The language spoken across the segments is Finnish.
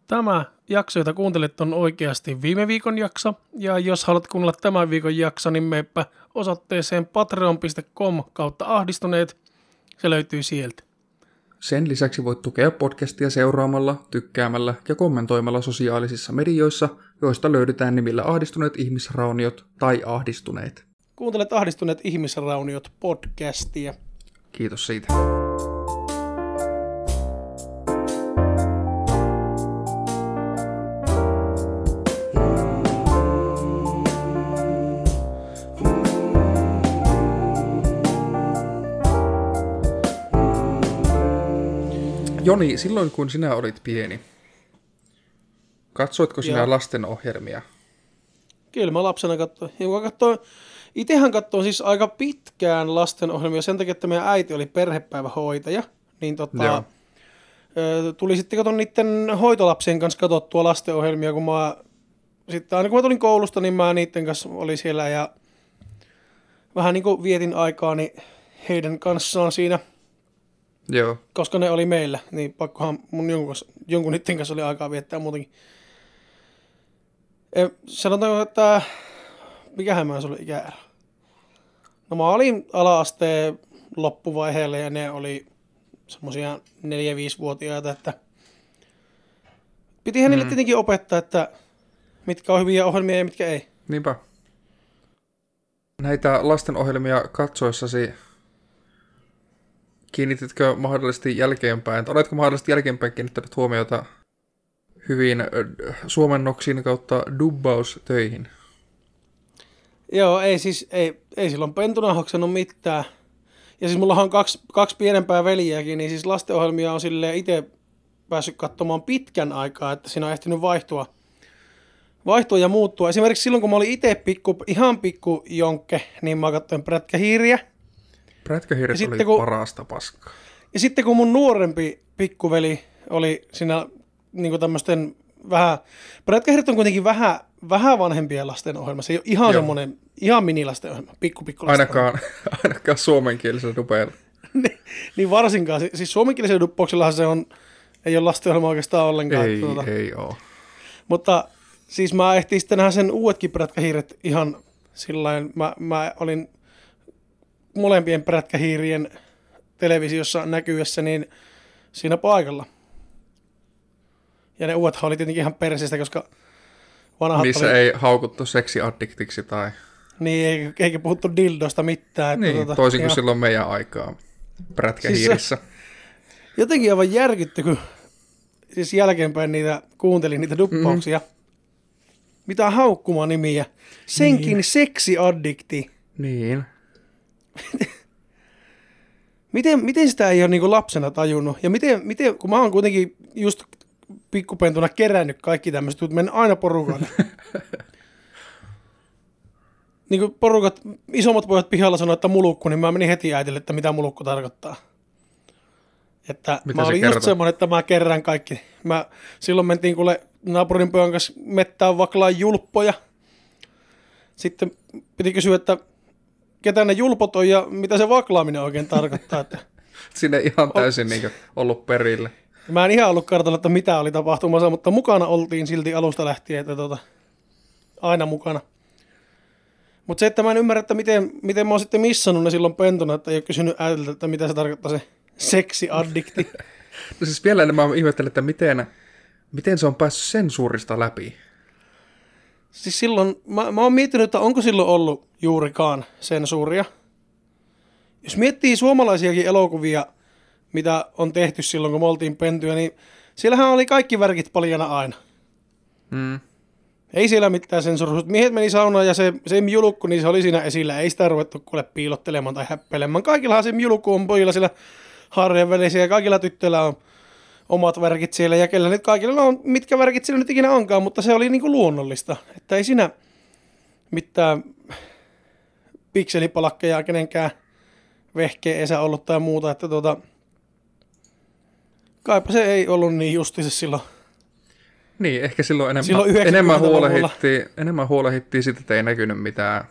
Tämä jakso, jota kuuntelet, on oikeasti viime viikon jakso. Ja jos haluat kuunnella tämän viikon jakso, niin meepä osoitteeseen patreon.com/ahdistuneet. Se löytyy sieltä. Sen lisäksi voit tukea podcastia seuraamalla, tykkäämällä ja kommentoimalla sosiaalisissa medioissa, joista löydetään nimillä Ahdistuneet ihmisrauniot tai Ahdistuneet. Kuuntelet Ahdistuneet ihmisrauniot podcastia. Kiitos siitä. Joni, silloin kun sinä olit pieni, katsoitko sinä lastenohjelmia? Kyllä mä lapsena katsoin. Itsehän katsoin siis aika pitkään lastenohjelmia sen takia, että meidän äiti oli perhepäivähoitaja. Niin tuli sitten katon niiden hoitolapsien kanssa katsottua lastenohjelmia, kun aina kun mä tulin koulusta, niin mä niiden kanssa olin siellä ja vähän niin kuin vietin aikaani heidän kanssaan siinä. Joo. Koska ne oli meillä, niin pakkohan mun jonkun niiden kanssa oli aikaa viettää muutenkin. Sanotaanko, että mikähän mä ollut ikäero? No mä olin ala-asteen loppuvaiheella ja ne oli semmosia 4-5-vuotiaita, että pitihän niille tietenkin opettaa, että mitkä on hyviä ohjelmia ja mitkä ei. Niinpä. Näitä lastenohjelmia katsoessasi kiinnititkö mahdollisesti jälkeenpäin, oletko mahdollisesti jälkeenpäin kiinnittänyt huomiota hyvin suomennoksiin kautta dubbaustöihin? Joo, ei silloin pentuna hoksannut mitään. Ja siis mullahan on kaksi pienempää veljiäkin, niin siis lastenohjelmia on silleen itse päässyt katsomaan pitkän aikaa, että siinä on ehtinyt vaihtua ja muuttua. Esimerkiksi silloin, kun mä olin itse ihan pikku jonkke, niin mä katsoin Prätkähiiriä. Prätkähiiret oli parasta paskaa. Ja sitten kun mun nuorempi pikkuveli oli siinä niinku tämmöisten Prätkähiiret on kuitenkin vähän vanhempia lastenohjelma. Se ei ole ihan semmoinen, ihan minilastenohjelma, pikku ainakaan suomenkielisellä dupeilla. niin varsinkaan. Siis suomenkielisellä duppauksellahan ei ole lastenohjelma oikeastaan ollenkaan. Ei ole. Mutta siis mä ehtiin sitten nähdä sen uudetkin Prätkähiiret ihan sillain. Mä olin molempien Prätkähiirien televisiossa näkyessä niin siinä paikalla. Ja ne uudethan oli tietenkin ihan perseistä, koska vanhat niissä ei haukuttu seksiaddiktiksi tai... Niin, eikä puhuttu dildosta mitään. Niin, toisin kuin silloin meidän aikaa Prätkähiirissä. Siis jotenkin aivan järkytty, kun siis jälkeenpäin kuuntelin niitä duppauksia. Mitä haukkumaa nimiä. Senkin niin. Seksiaddikti. Niin. Miten sitä ei ole niin kuin lapsena tajunnut? Ja miten, kun mä oon kuitenkin just pikkupentuna kerännyt kaikki tämmöiset, että menen aina porukalle. Niin kuin porukat, isommat pojat pihalla sanoi, että mulukku, niin mä menin heti äitille, että mitä mulukku tarkoittaa. Että mitä mä olin just semmoinen, että mä kerään kaikki. Silloin mentiin kuule naapurin pojan kanssa mettään vaklaan julppoja. Sitten piti kysyä, että ketä ne julpot on ja mitä se vaklaaminen oikein tarkoittaa. Että sinne ei ihan täysin ollut perille. Mä en ihan ollut kartalla, että mitä oli tapahtumassa, mutta mukana oltiin silti alusta lähtien, että aina mukana. Mutta se, että mä en ymmärrä, että miten mä oon sitten missannut ne silloin pentuna, että ei ole kysynyt äidiltä, että mitä se tarkoittaa se seksiaddikti. No siis vielä enemmän ihmettelen, että miten se on päässyt sensuurista läpi. Siis silloin, mä oon miettinyt, että onko silloin ollut juurikaan sensuuria. Jos miettii suomalaisiakin elokuvia, mitä on tehty silloin, kun me oltiin pentyä, niin siellähän oli kaikki värkit paljana aina. Ei siellä mitään sensuurisuus. Miehet meni saunaan ja se mjulukku, niin se oli siinä esillä. Ei sitä ruvettu kuule piilottelemaan tai häppelemään. Kaikillahan se mjulukku on pojilla siellä harjojen välissä ja kaikilla tyttöillä on omat värkit siellä. Ja kellä nyt kaikilla on, mitkä värkit siellä nyt ikinä onkaan, mutta se oli niinku luonnollista. Että ei siinä mitään pikselipalakkeja kenenkään vehkeensä ollut tai muuta. Että kaipa se ei ollut niin justiinsa silloin. Niin, ehkä silloin enemmän huolehdittiin siitä, että ei näkynyt mitään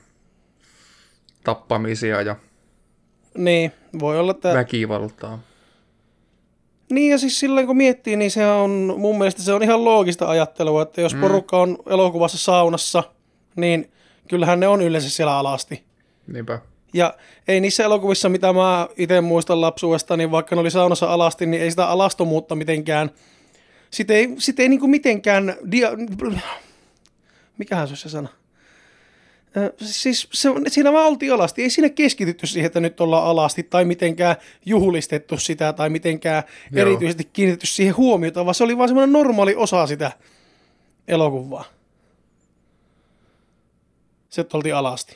tappamisia ja niin, voi olla, että väkivaltaa. Niin ja siis silloin kun miettii, niin se on mun mielestä se on ihan loogista ajattelua, että jos porukka on elokuvassa saunassa, niin kyllähän ne on yleensä siellä alasti. Niinpä. Ja ei niissä elokuvissa, mitä mä itse muistan lapsuudesta, niin vaikka ne oli saunassa alasti, niin ei sitä alastomuutta mitenkään, sit ei niinku mitenkään, mikähän se on se sana? Siis siinä vaan oltiin alasti, ei siinä keskitytty siihen, että nyt ollaan alasti tai mitenkään juhlistettu sitä tai mitenkään erityisesti kiinnitetty siihen huomiota, vaan se oli vaan semmoinen normaali osa sitä elokuvaa. Se, että oltiin alasti.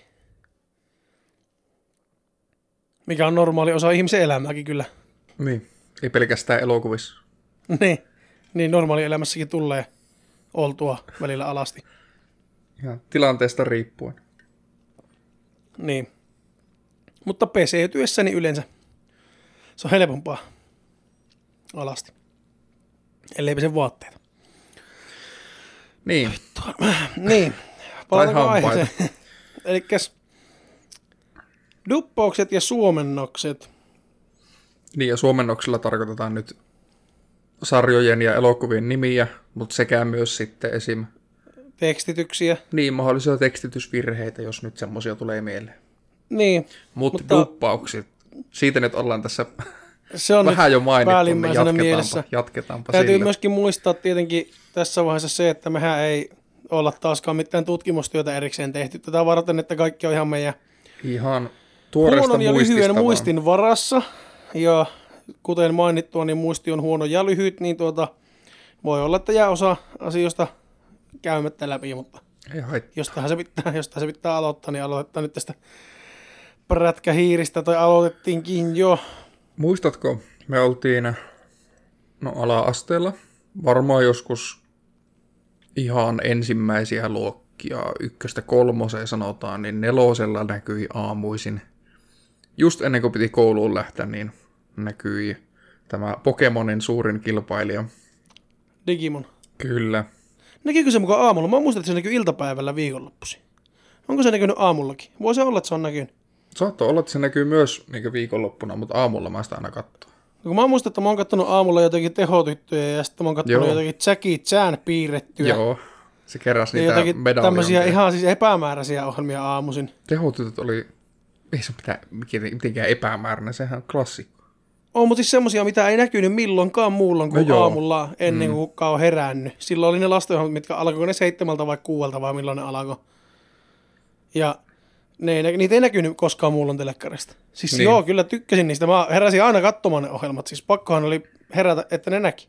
Mikä on normaali osa ihmisen elämääkin kyllä. Niin, ei pelkästään elokuvissa. Niin normaali elämässäkin tulee oltua välillä alasti. Ja tilanteesta riippuen. Niin. Mutta PC-työssäni yleensä se on helpompaa alasti. Elleipä sen vaatteita. Niin. Niin. Tai hampaita. Elikkäs duppaukset ja suomennokset. Niin, ja suomennoksilla tarkoitetaan nyt sarjojen ja elokuvien nimiä, mutta sekä myös sitten esim. Tekstityksiä. Niin, mahdollisia tekstitysvirheitä, jos nyt semmoisia tulee mieleen. Niin. Mutta duppaukset, siitä nyt ollaan tässä se on vähän jo mainittu, niin jatketaanpa Täytyy sillä. myöskin muistaa tietenkin tässä vaiheessa se, että mehän ei olla taaskaan mitään tutkimustyötä erikseen tehty tätä varten, että kaikki on ihan meidän ihan tuoreesta huonon ja muistista lyhyen vaan. muistin varassa. Ja kuten mainittua, niin muisti on huono ja lyhyt, niin voi olla, että jää osa asioista käymättä läpi, mutta jostain se pitää aloittaa, niin aloitetaan nyt tästä prätkähiiristä, tai aloitettiinkin jo. Muistatko, me oltiin ala-asteella, varmaan joskus ihan ensimmäisiä luokkia, 1-3 sanotaan, niin 4 näkyi aamuisin. Just ennen kuin piti kouluun lähteä, niin näkyi tämä Pokemonin suurin kilpailija. Digimon. Kyllä. Näkyykö se mukaan aamulla? Mä muistan, että se näkyy iltapäivällä viikonloppuisin. Onko se näkynyt aamullakin? Voisi olla, että se on näkynyt. Saattoi olla, että se näkyy myös niin viikonloppuna, mutta aamulla mä sitä aina katsoo. No, mä muistan, että mä oon kattonut aamulla jotenkin tehotyttöjä ja sitten mä oon kattonut jotakin Jackie Chan piirrettyä. Joo, se keräsi niitä medaljonkeja. Tämmöisiä ihan siis epämääräisiä ohjelmia aamuisin. Tehotytöt oli, ei se mitenkään epämääräinen, sehän on klassikko. On, mutta siis semmosia, mitä ei näkynyt milloinkaan muulloin kuin aamulla ennen kuin kukaan on herännyt. Silloin oli ne lastenohjelmat, mitkä alkoiko ne 7 vai 6 vai milloin ne alkoi. Ja niitä ei näkynyt koskaan muulloin telekkarista. Siis niin. Joo, kyllä tykkäsin niistä. Mä heräsin aina katsomaan ne ohjelmat. Siis pakkohan oli herätä, että ne näki.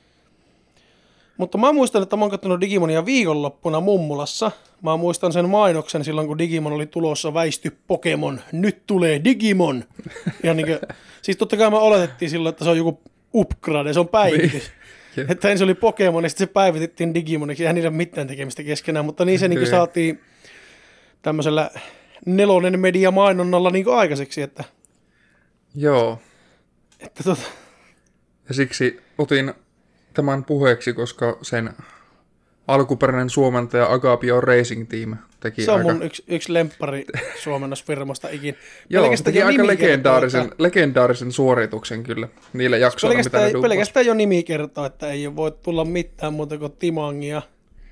Mutta mä muistan, että mä oon katsonut Digimonia viikonloppuna mummulassa. Mä muistan sen mainoksen silloin, kun Digimon oli tulossa, väisty Pokemon, nyt tulee Digimon. Ja siis totta kai me oletettiin silloin, että se on joku upgrade, se on päivitys. Että ensin oli Pokemon ja sitten se päivitettiin Digimoniksi. Eihän niillä ole mitään tekemistä keskenään, mutta niin se saatiin tämmöisellä 4 media mainonnalla aikaiseksi, että... Joo. Että Ja siksi otin tämän puheeksi, koska sen alkuperäinen suomentaja Agapio Racing Team teki se on mun yksi lemppari suomennusfirmasta ikin. Joo, teki aika legendaarisen suorituksen kyllä niillä jaksoilla, mitä ne duppasi. Pelkästään jo nimi kertoo, että ei voi tulla mitään muuta kuin Timangia.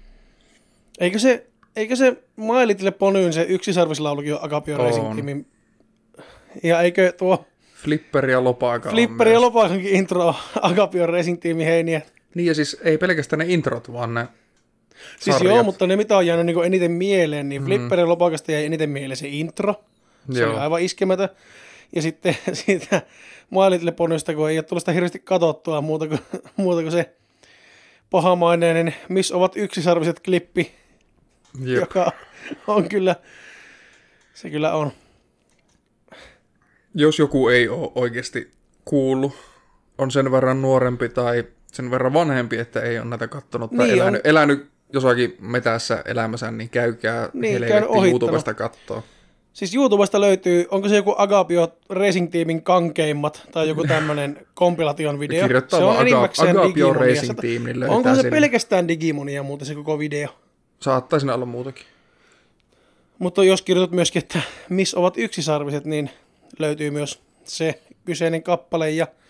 Eikö se My Little Ponyn se yksisarvislaulukin ole Agapio Racing Teamin? Ja eikö tuo... Flipperi ja Lopaka Flipperi ja Lopakankin intro Agapio Racing Teamin heiniä. Niin ja siis ei pelkästään ne introt, vaan ne siis sarjat. Joo, mutta ne mitä on jäänyt niin eniten mieleen, niin Flipperi ja Lopakasta jäi eniten mieleen se intro. Se oli aivan iskemätön. Ja sitten siitä My Little Ponysta, kun ei ole tullut sitä hirveästi katsottua muuta kuin se pahamaineinen Miss ovat yksisarviset klippi. Jep. Joka on kyllä, se kyllä on. Jos joku ei ole oikeasti kuullut, on sen verran nuorempi tai sen verran vanhempi, että ei ole näitä katsonut tai elänyt jossakin metässä elämässä, niin käykää helvetti YouTubesta kattoo. Siis YouTubesta löytyy, onko se joku Agapio Racing Teamin kankeimmat tai joku tämmöinen kompilation video. Se on enimmäkseen Agapio Racing Team, niin löytää onko se sinne. pelkästään Digimonia muuten se koko video? Saattaa siinä olla muutakin. Mutta jos kirjoitat myöskin, että missä ovat yksisarviset, niin löytyy myös se kyseinen kappale. Ja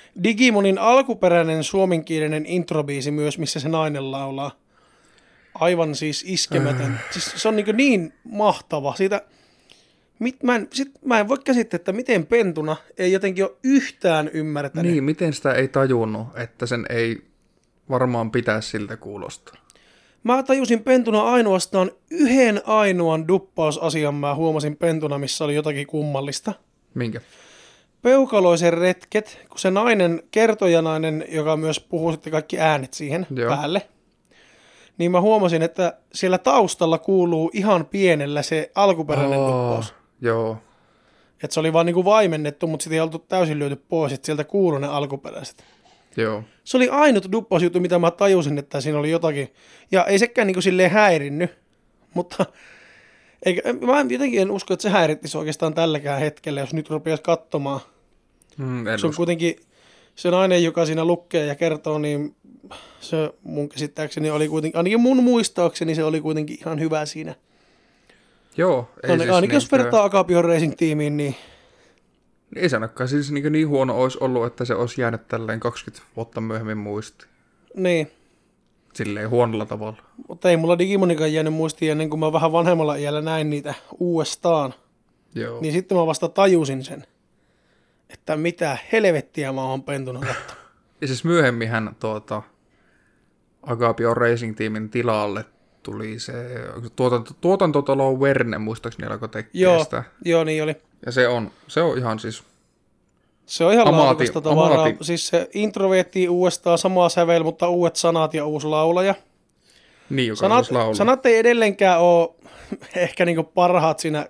Digimonin alkuperäinen suomenkielinen introbiisi myös, missä se nainen laulaa. Aivan siis iskemätön. Siis se on niin mahtava. Siitä, mä en voi käsittää, että miten pentuna ei jotenkin ole yhtään ymmärtänyt. Niin, miten sitä ei tajunnut, että sen ei varmaan pitäisi siltä kuulostaa. Mä tajusin pentuna ainoastaan yhden ainoan duppausasian mä huomasin pentuna, missä oli jotakin kummallista. Minkä? Peukaloisen retket, kun se nainen, kertojanainen, joka myös puhuu sitten kaikki äänet siihen päälle, niin mä huomasin, että siellä taustalla kuuluu ihan pienellä se alkuperäinen duppaus. Joo. Että se oli vaan niinku vaimennettu, mutta sitten ei oltu täysin lyöty pois, että sieltä kuului ne alkuperäiset. Joo. Se oli ainut duppausjuttu, mitä mä tajusin, että siinä oli jotakin. Ja ei sekään niinku silleen häirinnyt, mutta mä jotenkin en usko, että se häirittisi oikeastaan tälläkään hetkellä, jos nyt rupeaisi katsomaan. Se on kuitenkin se nainen, joka siinä lukee ja kertoo, niin se mun käsittääkseni oli kuitenkin, ainakin mun muistaakseni se oli kuitenkin ihan hyvä siinä. Joo. Ei ainakin jos vertaa Agapion Racing-tiimiin, niin... Ei sanokaan siis niin huono olisi ollut, että se olisi jäänyt tälleen 20 vuotta myöhemmin muistiin. Niin. Silleen huonolla tavalla. Mutta ei mulla Digimonikaan jäänyt muistiin ennen kuin mä vähän vanhemmalla iällä näin niitä uudestaan. Joo. Niin sitten mä vasta tajusin sen, että mitä helvettiä mä oon pentuna katsomaan. Ja siis myöhemminhän Agapion Racing-tiimin tilalle tuli se tuotantotalo Verne, muistaakseni alkoi tekemään sitä. Joo, niin oli. Ja se on ihan siis... Se on ihan laadukasta tavaraa. Siis se intro vietiin uudestaan samaa sävel, mutta uudet sanat ja uusi laulaja. Niin, joka sanat ei edelleenkään ole ehkä niinku parhaat siinä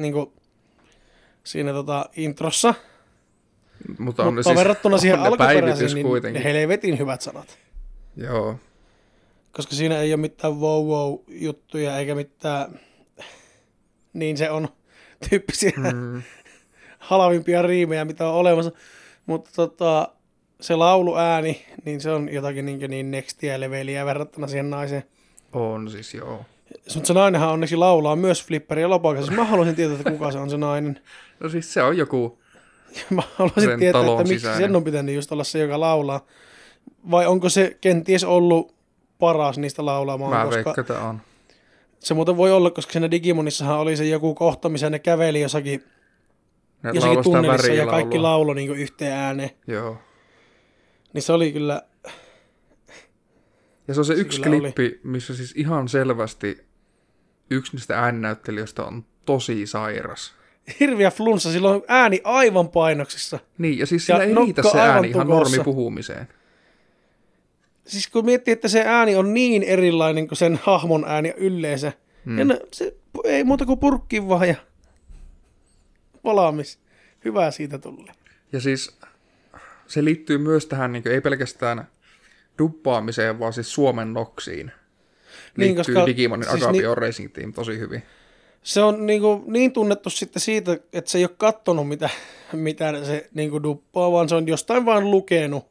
introssa. Mutta siis verrattuna siihen alkuperäisiin, niin helvetin hyvät sanat. Joo. Koska siinä ei ole mitään wow-juttuja eikä mitään, niin se on tyyppisiä halvimpia riimejä, mitä on olemassa. Mutta se lauluääni, niin se on jotakin niin nextiä leveliä verrattuna siihen naiseen. On siis, joo. Mutta se nainenhan onneksi laulaa myös Flipperi ja Lopakassa. Mä haluaisin tietää, että kuka se on se nainen. No siis se on joku mä haluaisin tietää, että miksi sen on pitänyt just olla se, joka laulaa. Vai onko se kenties ollut paras niistä laulamaan? Mä veikkaan, että on. Se muuten voi olla, koska siinä Digimonissahan oli se joku kohta, missä ne käveli jossakin tunnelissa ja kaikki lauloi niin yhteen ääneen. Joo. Niin se oli kyllä... Ja se on se yksi klippi, missä siis ihan selvästi yksi niistä ääninäyttelijöistä on tosi sairas. Hirviä flunssa, sillä on ääni aivan painoksissa. Niin, ja siis sillä ei riitä se ääni ihan normipuhumiseen. Siis kun miettii, että se ääni on niin erilainen kuin sen hahmon ääni yleensä. Ja se ei muuta kuin purkkiin vaan ja valmis. Hyvä siitä tulee. Ja siis se liittyy myös tähän, niin ei pelkästään duppaamiseen, vaan siis Suomen noksiin. Liittyy koska, Digimonin siis Agapion Racing Team tosi hyvin. Se on niin tunnettu sitten siitä, että se ei ole kattonut mitä se duppaa, vaan se on jostain vaan lukenut.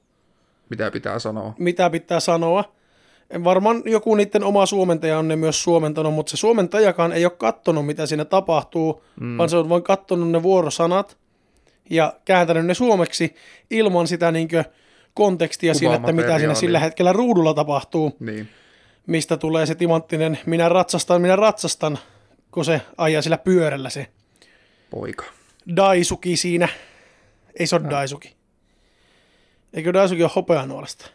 Mitä pitää sanoa. Varmaan joku niiden oma suomentaja on ne myös suomentanut, mutta se suomentajakaan ei ole kattonut, mitä siinä tapahtuu, vaan se on vain kattonut ne vuorosanat ja kääntänyt ne suomeksi ilman sitä kontekstia siinä, että mitä siinä sillä hetkellä ruudulla tapahtuu. Niin. Mistä tulee se timanttinen minä ratsastan, kun se ajaa sillä pyörällä se poika. Daisuki siinä. Ei se ole Daisuki. Eikö Daisuki ole hopeanuolesta?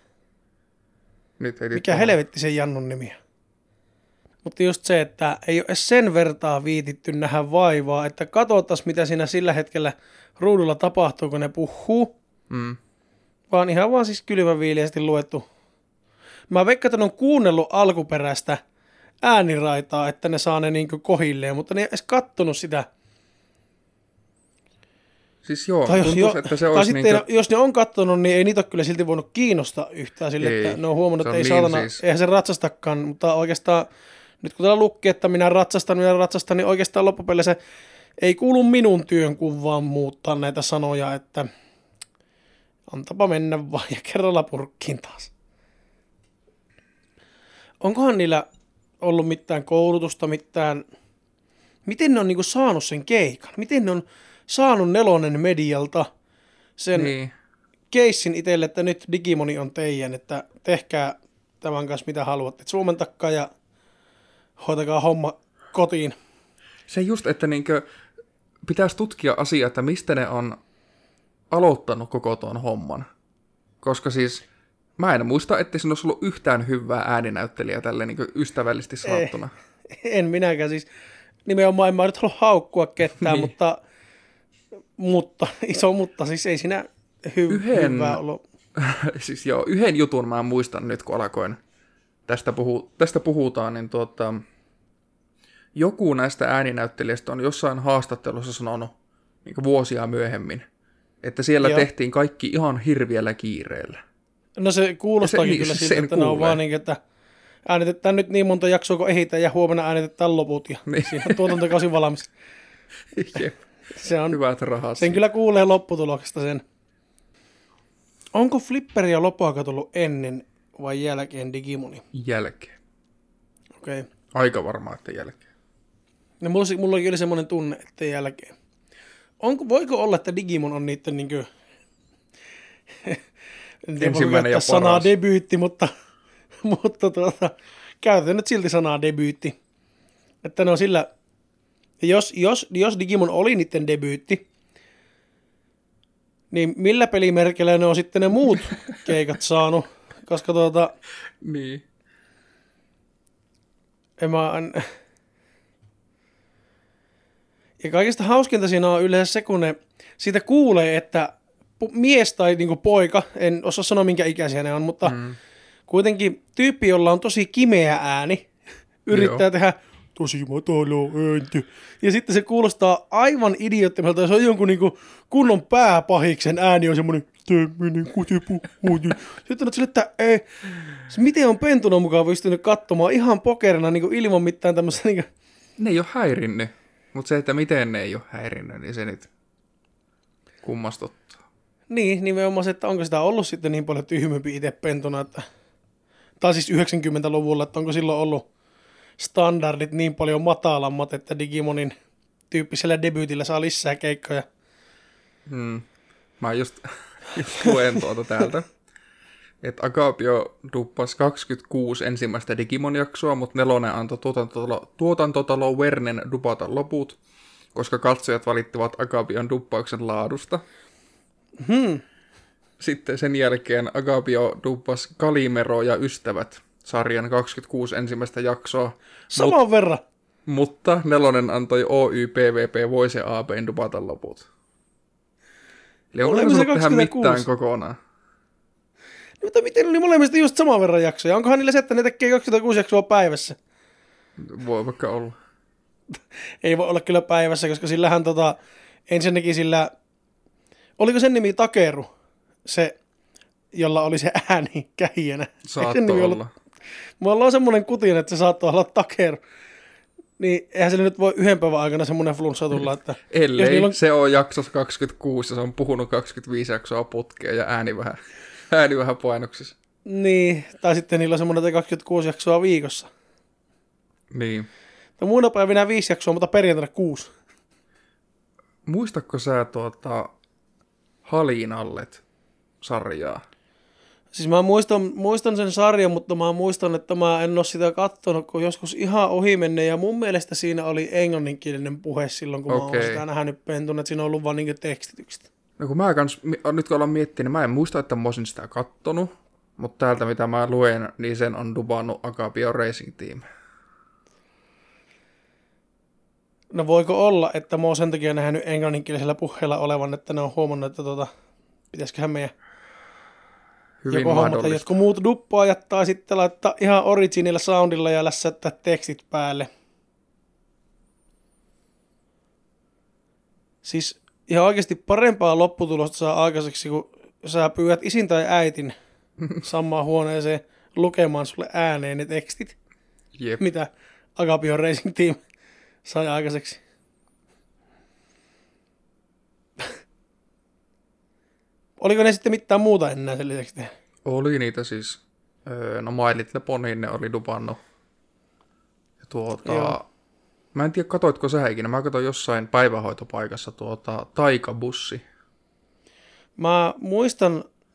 Mikä helvetti sen Jannun nimi. Mutta just se, että ei ole edes sen vertaa viititty nähdä vaivaa, että katsotaan mitä siinä sillä hetkellä ruudulla tapahtuu, kun ne puhuu. Vaan ihan vaan siis kylmäviiliästi luettu. Mä veikkaan, että ne on kuunnellut alkuperäistä ääniraitaa, että ne saa ne kohilleen, mutta ne ei edes kattonut sitä. Siis joo, tuntuisi, että se olisi jos ne on kattonut, niin ei niitä ole kyllä silti voinut kiinnostaa yhtään sille, että ne on huomannut, että ei saatana, eihän se ratsastakaan, mutta oikeastaan nyt kun täällä lukee, että minä ratsastan, niin oikeastaan loppupeleissä ei kuulu minun työnkuvaan muuttaa näitä sanoja, että antapa mennä vaan ja kerralla purkkiin taas. Onkohan niillä ollut mitään koulutusta, miten ne on saanut sen keikan? Miten ne on saanut Nelonen Medialta sen keissin itselle, että nyt Digimoni on teidän, että tehkää tämän kanssa mitä haluatte. Suomen takkaa ja hoitakaa homma kotiin. Se just, että niinkö pitäisi tutkia asiaa, että mistä ne on aloittanut koko tuon homman. Koska siis mä en muista, että siinä olisi ollut yhtään hyvää ääninäyttelijää tälleen niin ystävällisesti sanottuna. En minäkään siis. Nimenomaan en mä nyt halua haukkua ketään, niin. mutta iso mutta, siis ei siinä hyvää ollut. Siis joo, yhden jutun mä muistan nyt, kun alkoin tästä puhutaan, niin joku näistä ääninäyttelijöistä on jossain haastattelussa sanonut niin vuosia myöhemmin, että siellä tehtiin kaikki ihan hirviällä kiireellä. No se kuulostaakin kyllä siltä, että ne on vaan niin, että äänitetään nyt niin monta jaksoa, kun ehditään, ja huomenna äänitetään loput, ja siinä on tuotantokausi valmis. Se on hyvät rahat. Sen kyllä kuulee lopputuloksesta sen. Onko Flipperi ja Lopoaika tullut ennen vai jälkeen Digimoni? Jälkeen. Okei. Okay. Aika varmaa, että jälkeen. No mulla oli semmoinen tunne, että jälkeen. Voiko olla, että Digimon on niiden niinkö ensimmäinen ja paras. Sanaa debyytti, mutta käytetään nyt silti sanaa debyytti. Että ne on sillä, jos Digimon oli niiden debyytti, niin millä pelimerkillä ne on sitten ne muut keikat saanut? Koska niin. Ja kaikista hauskinta siinä on yleensä se, kun ne siitä kuulee, että mies tai niinku poika, en osaa sanoa minkä ikäisiä ne on, mutta kuitenkin tyyppi, jolla on tosi kimeä ääni, yrittää tehdä tosi matala ääntä. Ja sitten se kuulostaa aivan idioottimelta, jos on jonkun niinku kunnon pääpahiksen ääni on semmoinen tämmöinen kutipu. Sitten on sille, että miten on pentuna mukaan pystynyt katsomaan ihan pokerina niinku ilman mitään tämmöistä. Niinku. Ne ei ole häirinnyt, mutta se, että miten ne ei ole häirinnyt, niin se nyt kummastuttaa. Niin, nimenomaan se, että onko sitä ollut sitten niin paljon tyhmempi itse pentuna, että tai siis 90-luvulla, että onko silloin ollut standardit niin paljon matalammat, että Digimonin tyyppisellä debyytillä saa lisää keikkoja. Mä just luen täältä, että Agapio duppasi 26 ensimmäistä Digimon-jaksoa, mutta 4 antoi tuotantotalo Wernen dupata loput, koska katsojat valittivat Agapion duppauksen laadusta. Sitten sen jälkeen Agapio duppasi Kalimero ja Ystävät sarjan 26 ensimmäistä jaksoa. Saman verran. Mutta 4 antoi Oy PvP Voice AB:n dupata loput. Eli onko se tehdä mitään kokonaan? No, mutta miten oli molemmista just saman verran jaksoja? Onkohan niillä se, että ne tekee 26 jaksoa päivässä? Voi vaikka olla. Ei voi olla kyllä päivässä, koska sillähän ensinnäkin sillä, oliko sen nimi Takeru? Se, jolla oli se ääni kähijänä. Saattoi olla. Mulla on semmoinen kutin, että se saattoi olla Takeru. Niin eihän se nyt voi yhden päivän aikana semmoinen flunssa tulla, että ellei se on jaksossa 26 ja se on puhunut 25 jaksoa putkeen ja ääni vähän painoksissa. Niin, tai sitten niillä on semmoinen 26 jaksoa viikossa. Niin. Tai muina päivinä 5 jaksoa, mutta perjantaina 6. Muistatko sä Halinallet-sarjaa? Siis mä muistan sen sarjan, mutta mä muistan, että mä en ole sitä katsonut, kun joskus ihan ohi menne. Ja mun mielestä siinä oli englanninkielinen puhe silloin, kun mä oon sitä nähnyt pentuna, että siinä on ollut vaan niin tekstitykset. No kun nyt kun ollaan miettinyt, niin mä en muista, että mä olisin sitä kattonut, mutta täältä mitä mä luen, niin sen on dubannut Agapio Racing Team. No voiko olla, että mä oon sen takia nähnyt englanninkielisellä puheella olevan, että ne on huomannut, että pitäisiköhän meidän hyvin joko hommata jotkut muut duppaajat tai sitten laittaa ihan originilla soundilla ja lässäyttää tekstit päälle. Siis ihan oikeasti parempaa lopputulosta saa aikaiseksi, kun sä pyydät isin tai äitin samaan huoneeseen lukemaan sulle ääneen ne tekstit, Jep. mitä Agapio Racing Team sai aikaiseksi. Oliko ne sitten mitään muuta enää sen lisäksi tehdä? Oli niitä siis. No My Little Ponyin ne oli dupannut. Ja mä en tiedä, katoitko sä ikinä. Mä katsoin jossain päivähoitopaikassa Taikabussi. Mä muistan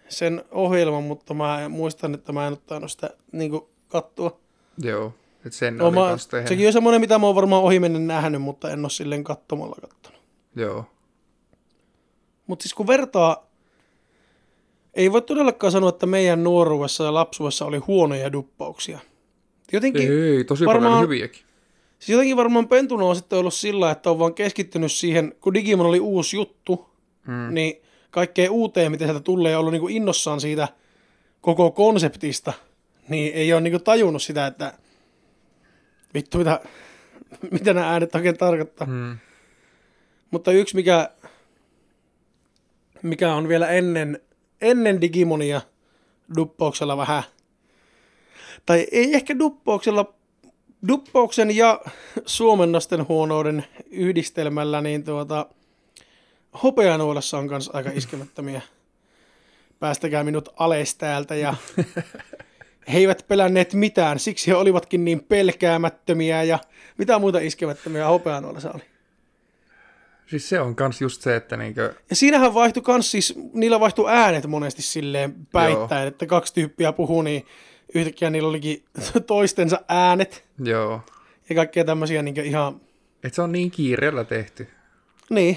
sen ohjelman, mutta mä muistan, että mä en ottanut sitä niinku kattua. Joo, että sen oli kans tehnyt. Sekin on semmoinen, mitä mä oon varmaan ohimennen nähnyt, mutta en ole silleen katsomalla kattonut. Joo. Mutta siis kun vertaa, ei voi todellakaan sanoa, että meidän nuoruudessa ja lapsuudessa oli huonoja duppauksia. Jotenkin ei, tosi paljon hyviäkin. Siis jotenkin varmaan pentuna on sitten ollut sillä, että on vaan keskittynyt siihen, kun Digimon oli uusi juttu, niin kaikkea uuteen, mitä sieltä tulee, ja ollut niinku innossaan siitä koko konseptista, niin ei ole niinku tajunnut sitä, että vittu, mitä nämä äänet oikein tarkoittaa. Mutta yksi, mikä on vielä ennen Digimonia duppauksella vähän, tai ei ehkä duppauksen ja suomennosten huonouden yhdistelmällä, niin Hopeanuolassa on kanssa aika iskemättömiä. Päästäkää minut alas täältä, ja he eivät pelänneet mitään, siksi he olivatkin niin pelkäämättömiä, ja mitä muita iskemättömiä Hopeanuolassa oli. Siis se on kans just se, että niinkö... Ja siinähän vaihtui kans siis, niillä vaihtui äänet monesti silleen päittäin, että kaksi tyyppiä puhuu, niin yhtäkkiä niillä olikin toistensa äänet. Joo. Ja kaikkea tämmöisiä niinkö ihan... Et se on niin kiireellä tehty. Niin.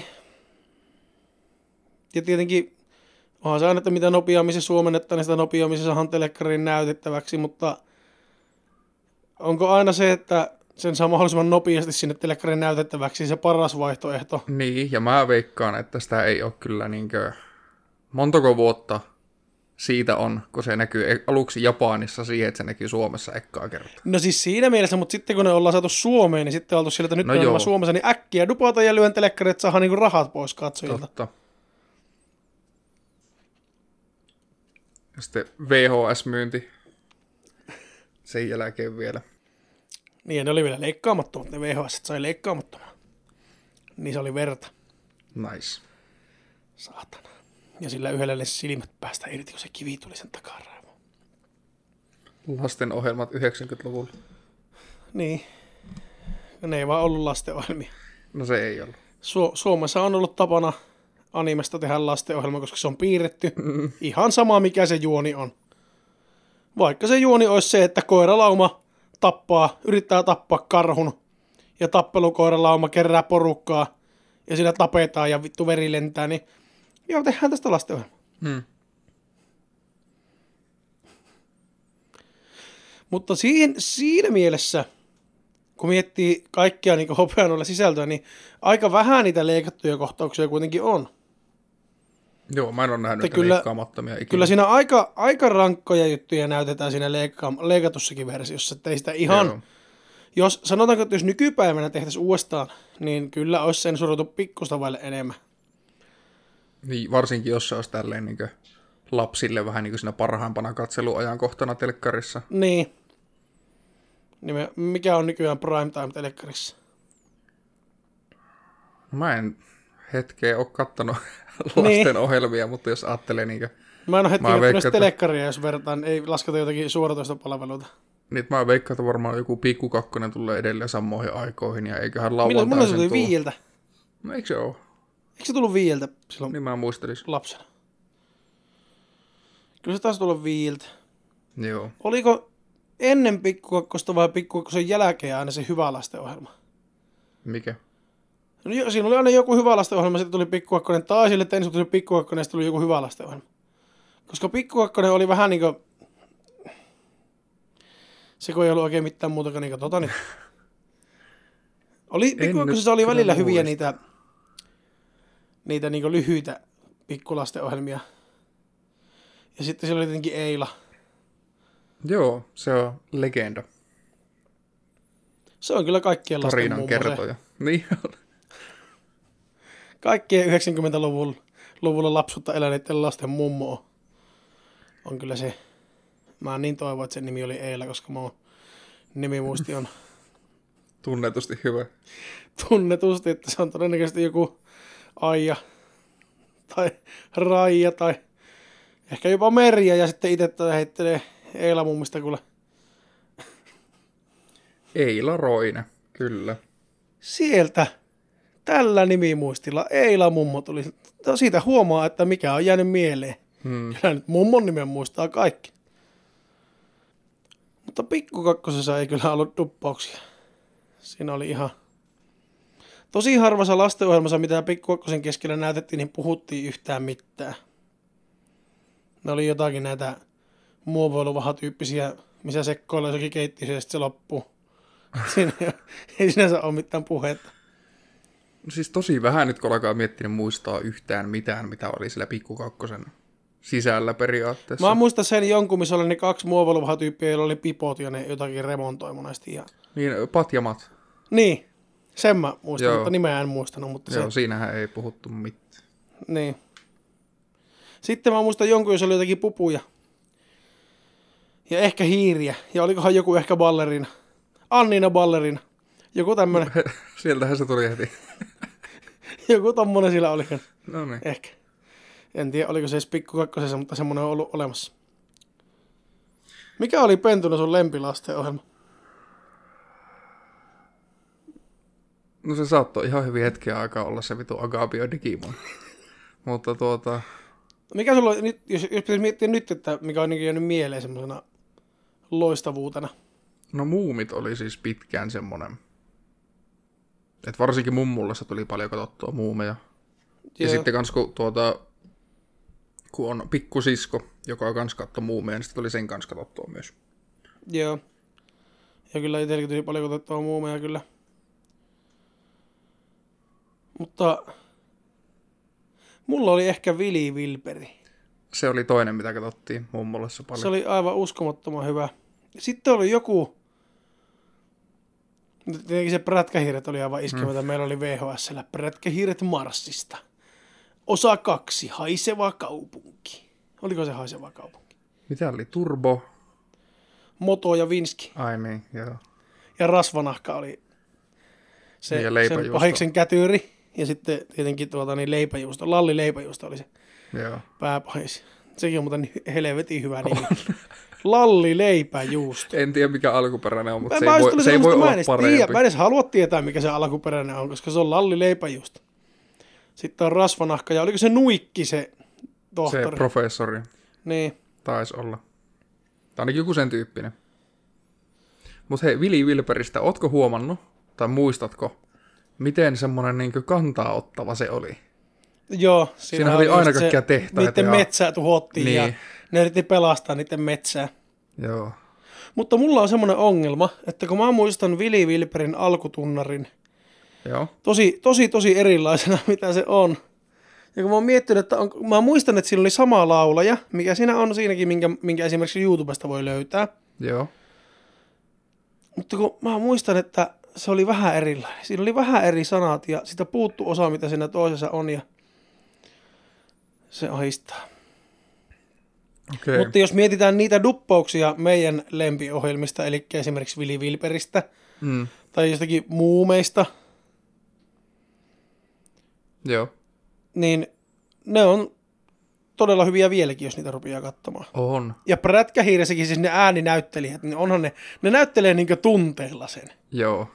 Ja tietenkin onhan se aina, että mitä nopeammin se suomennetta, niin sitä nopeammin se saadaan telekkarin näytettäväksi, mutta onko aina se, että sen saa mahdollisimman nopeasti sinne telekkarin näytettäväksi se paras vaihtoehto? Niin, ja mä veikkaan, että sitä ei ole kyllä niinkö... Montako vuotta siitä on, kun se näkyy aluksi Japanissa siihen, että se näkyy Suomessa ekkaa kertaa. No siis siinä mielessä, mutta sitten kun ne ollaan saatu Suomeen, niin sitten on oltu sillä, että nyt on Suomessa, niin äkkiä dupata ja lyön telekkarin, että saadaan niinku rahat pois katsojilta. Totta. Ja sitten VHS-myynti sen jälkeen vielä. Niin, ja ne oli vielä leikkaamattomat, ne VHS sai leikkaamattoman. Niin se oli verta. Nice. Saatana. Ja sillä yhdellä silmät päästä irti, kun se kivi tuli sen takaraivoon. Lastenohjelmat 90-luvulla. Niin. Ne ei vaan ollut lastenohjelmia. No se ei ollut. Suomessa on ollut tapana animesta tehdä lastenohjelma, koska se on piirretty. Ihan sama, mikä se juoni on. Vaikka se juoni olisi se, että koiralauma yrittää tappaa karhun, ja tappelukoiralauma kerää porukkaa, ja siinä tapetaan ja vittu veri lentää, niin joo, tehdään tästä lastenohjelma. Mutta siinä mielessä, kun miettii kaikkia niin Hopeanuolen sisältöä, niin aika vähän niitä leikattuja kohtauksia kuitenkin on. Joo, mä en ole nähnyt niitä leikkaamattomia ikinä. Kyllä siinä aika rankkoja juttuja näytetään siinä leikatussakin versiossa, että ei sitä ihan... Joo. Jos sanotaanko, että jos nykypäivänä tehtäisiin uudestaan, niin kyllä olisi sensuroitu pikkusta vaille enemmän. Niin, varsinkin jos se olisi tälleen niin lapsille vähän niin kuin siinä parhaimpana katseluajankohtana telkkarissa. Niin. Mikä on nykyään primetime-telkkarissa? Mä en hetkeä ole kattonut lasten ohjelmia, mutta jos ajattelee niin kuin... Mä en ole hetkeä kattonut telekkaria, jos verrataan, ei lasketa jotakin suoratoistopalveluita. Niin, mä veikkaan, että varmaan joku Pikku Kakkonen tulee edelleen samoihin aikoihin, ja eiköhän lauantaisen Milloin se tuli Viiltä? No eikö se ole? Eikö se tullut Viiltä silloin? Niin mä muistelisin. Lapsena. Kyllä se taisi tulla Viiltä. Joo. Oliko ennen Pikku Kakkosta vai Pikku Kakkosen jälkeen aina se hyvä lastenohjelma? Mikä? No, siinä oli aina joku hyvä lastenohjelma, sitten tuli Pikku Kakkonen, tai sille, että ensin tuli Pikku Kakkonen, ja sitten tuli joku hyvä lastenohjelma. Koska Pikku Kakkonen oli vähän niinku... Se kun ei ollut oikein mitään muutakaan niinku niin... Pikku Kakkosessa oli välillä hyviä niitä niinku lyhyitä pikkulastenohjelmia. Ja sitten siellä oli tietenkin Eila. Joo, se on legenda. Se on kyllä kaikkien lasten tarinan mummo kertoja. Niin on. Kaikkien 90-luvulla lapsuutta eläneiden lasten mummo on kyllä se. Mä niin toivon, että sen nimi oli Eila, koska mun nimimuisti on tunnetusti hyvä. Tunnetusti, että se on todennäköisesti joku Aija tai Raija tai ehkä jopa Merja, ja sitten itse heittelee Eila mummista kuule. Eila Roine, kyllä. Sieltä tällä nimimuistilla Eila mummo tuli. Siitä huomaa, että mikä on jäänyt mieleen. Kyllä nyt mummon nimen muistaa kaikki. Mutta Pikku Kakkosessa ei kyllä ollut duppauksia. Siinä oli ihan... Tosi harvassa lastenohjelmassa, mitä Pikku Kakkosen keskellä näytettiin, niin puhuttiin yhtään mitään. Ne oli jotakin näitä muovoiluvaha-tyyppisiä, missä sekkoilla jossakin keittiössä ja sitten se loppuu. Siinä ei sinänsä ole mitään puhetta. No siis tosi vähän nyt, kun alkaa miettiä, muistaa yhtään mitään, mitä oli sillä Pikku Kakkosen sisällä periaatteessa. Mä muistan sen jonkun, missä oli ne 2 muovoiluvaha-tyyppiä, joilla oli pipot ja ne jotakin remontoi monesti. Ihan. Niin, Patjamat. Niin, sen mä muistan, mutta nimeä en muistanut. Mutta joo, siinähän ei puhuttu mitään. Niin. Sitten mä muistan jonkun, jos oli jotakin pupuja. Ja ehkä hiiriä. Ja olikohan joku ehkä ballerina. Anniina ballerina. Joku tämmönen. Sieltähän se tuli heti. Joku tommonen sillä oli. No niin. Ehkä. En tiedä, oliko se edes Pikku Kakkosessa, mutta semmonen on ollut olemassa. Mikä oli pentuna sun lempilastenohjelma? No se saattoi ihan hyvin hetken aikaa olla se vitu Agapio Digimon. Mutta Mikä sulla on, jos pitäisi miettiä nyt, että mikä on niin jäänyt mieleen semmoisena loistavuutena? No Muumit oli siis pitkään semmonen. Että varsinkin mummullessa tuli paljon katsottua muumeja. Ja sitten kans kun on pikkusisko, joka on kans katto muumeja, niin sitten tuli sen kans katsottua myös. Joo. Ja kyllä itselläkin tuli paljon katsottua muumeja kyllä. Mutta mulla oli ehkä Vili Vilperi. Se oli toinen, mitä katsottiin mummolassa paljon. Se oli aivan uskomattoman hyvä. Sitten oli joku... Tietenkin se Prätkähiiret oli aivan iskemätä. Meillä oli VHS:llä Prätkähiiret Marsista. Osa 2, Haiseva kaupunki. Oliko se Haiseva kaupunki? Mitä oli? Turbo? Moto ja Vinski. Ai niin, joo. Ja Rasvanahka oli se sen pahiksen kätyyri. Ja sitten tietenkin leipäjuusto. Lalli leipäjuusto oli se pääpahis. Sekin on muuten helvetin hyvä nimi. Lalli leipäjuusto. En tiedä mikä alkuperäinen on, mutta se ei voi olla parempi. Mä edes halua tietää mikä se alkuperäinen on, koska se on Lalli leipäjuusto. Sitten on Rasvanahka ja oliko se Nuikki se tohtori? Se professori. Niin. Taisi olla. Tai ainakin joku sen tyyppinen. Mutta hei, Vili Vilperistä, ootko huomannut, tai muistatko, miten semmoinen niin kantaa ottava se oli? Joo. Siinä oli aina kaikkia tehtaita. Niiden metsää tuhottiin ja ne yritti pelastaa niiden metsää. Joo. Mutta mulla on semmoinen ongelma, että kun mä muistan Vili Vilperin alkutunnarin joo. Tosi erilaisena, mitä se on. Ja kun mä oon miettinyt, että mä muistan, että siinä oli sama laulaja, mikä siinä on siinäkin, minkä esimerkiksi YouTubesta voi löytää. Joo. Mutta kun mä muistan, että se oli vähän erilainen. Siinä oli vähän eri sanat ja sitä puuttu osa, mitä siinä toisessa on ja se ahistaa. Okay. Mutta jos mietitään niitä duppauksia meidän lempiohjelmista, eli esimerkiksi Vili Vilperistä tai jostakin muumeista, joo. Niin ne on todella hyviä vieläkin, jos niitä rupeaa katsomaan. On. Ja Prätkähiiressäkin siis ne ääninäyttelijät, niin onhan ne näyttelee niinkö tunteella sen. Joo.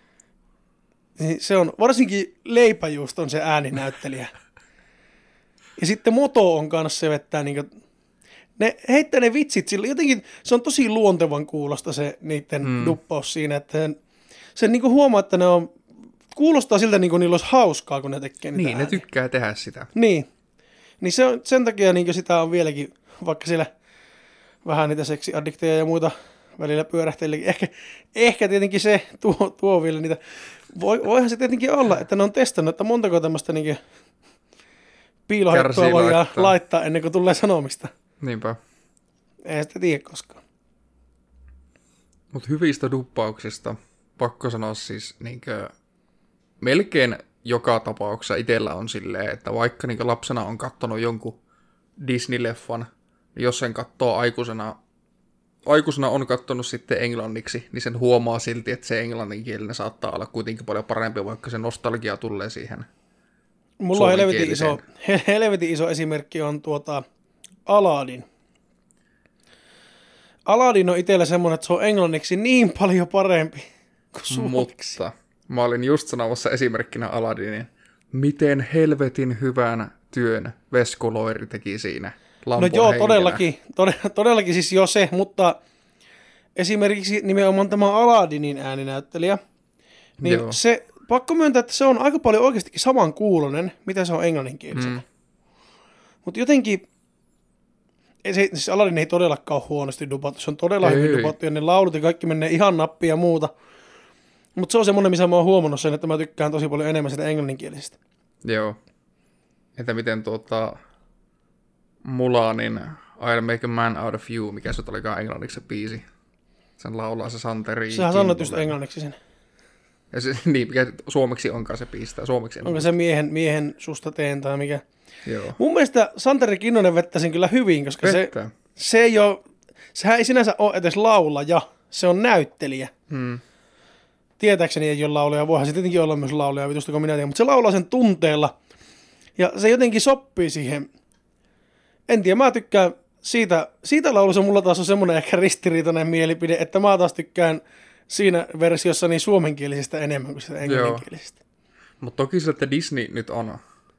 Se on, varsinkin Leipäjuusto on se ääninäyttelijä. Ja sitten Moto on kanssa se vettää niinkö, ne heittää ne vitsit sillä, jotenkin se on tosi luontevan kuulosta se niiden duppaus siinä, että sen niinkö huomaa, että ne on, kuulostaa siltä niin kuin niillä olisi hauskaa, kun ne tekee niitä niin, ääniä. Ne tykkää tehdä sitä. Niin se on, sen takia niin sitä on vieläkin, vaikka siellä vähän niitä seksiaddikteja ja muita välillä pyörähteilekin. Ehkä tietenkin se tuo vielä niitä. Voihan se tietenkin olla, että ne on testannut, että montako tämmöistä niin piilohettua voidaan laittaa ennen kuin tulee sanomista. Niinpä. Ei sitä tiedä koskaan. Mutta hyvistä duppauksista, pakko sanoa siis niinkö melkein joka tapauksessa itsellä on silleen, että vaikka niin lapsena on katsonut jonkun Disney-leffan, niin jos sen katsoo aikuisena on katsonut sitten englanniksi, niin sen huomaa silti, että se englanninkielinen saattaa olla kuitenkin paljon parempi, vaikka se nostalgia tulee siihen. Mulla on helvetin iso esimerkki on Aladdin. Aladdin on itsellä semmoinen, että se on englanniksi niin paljon parempi kuin suomeksi. Mutta mä olin just sanomassa esimerkkinä Aladdinin, miten helvetin hyvän työn Vesku Loiri teki siinä. No joo, todellakin siis jo se, mutta esimerkiksi nimenomaan tämä Aladdinin ääninäyttelijä, niin joo. Se, pakko myöntää, että se on aika paljon oikeastikin samankuuloinen, mitä se on englanninkielisellä. Mutta jotenkin, siis Aladdin ei todellakaan ole huonosti dupattu, se on todella hyvin dupattu, ja ne laulut ja kaikki menee ihan nappiin ja muuta. Mutta se on semmoinen, missä mä oon huomannut sen, että mä tykkään tosi paljon enemmän sitä englanninkielisestä. Joo. Entä miten Mulanin I'll Make a Man Out of You, mikä se olikaan englanniksi se biisi. Sen laulaa se Santeri. Sehän sanot just englanniksi sen. Ja se, niin, mikä suomeksi onkaan se biisi. Suomeksi onko se miehen susta teen tai mikä? Joo. Mun mielestä Santeri Kinnunen vettä sen kyllä hyvin, koska sehän ei sinänsä ole edes laulaja, se on näyttelijä. Tietääkseni ei ole laulaja, voihan se tietenkin olla myös laulaja, vitusta kun minä tiedän, mutta se laulaa sen tunteella. Ja se jotenkin sopii siihen. En tiedä, mä tykkään siitä laulussa mulla taas on semmoinen ehkä ristiriitainen mielipide, että mä taas tykkään siinä versiossa niin suomenkielisestä enemmän kuin sitä englanninkielisestä. Mutta toki se, että Disney nyt on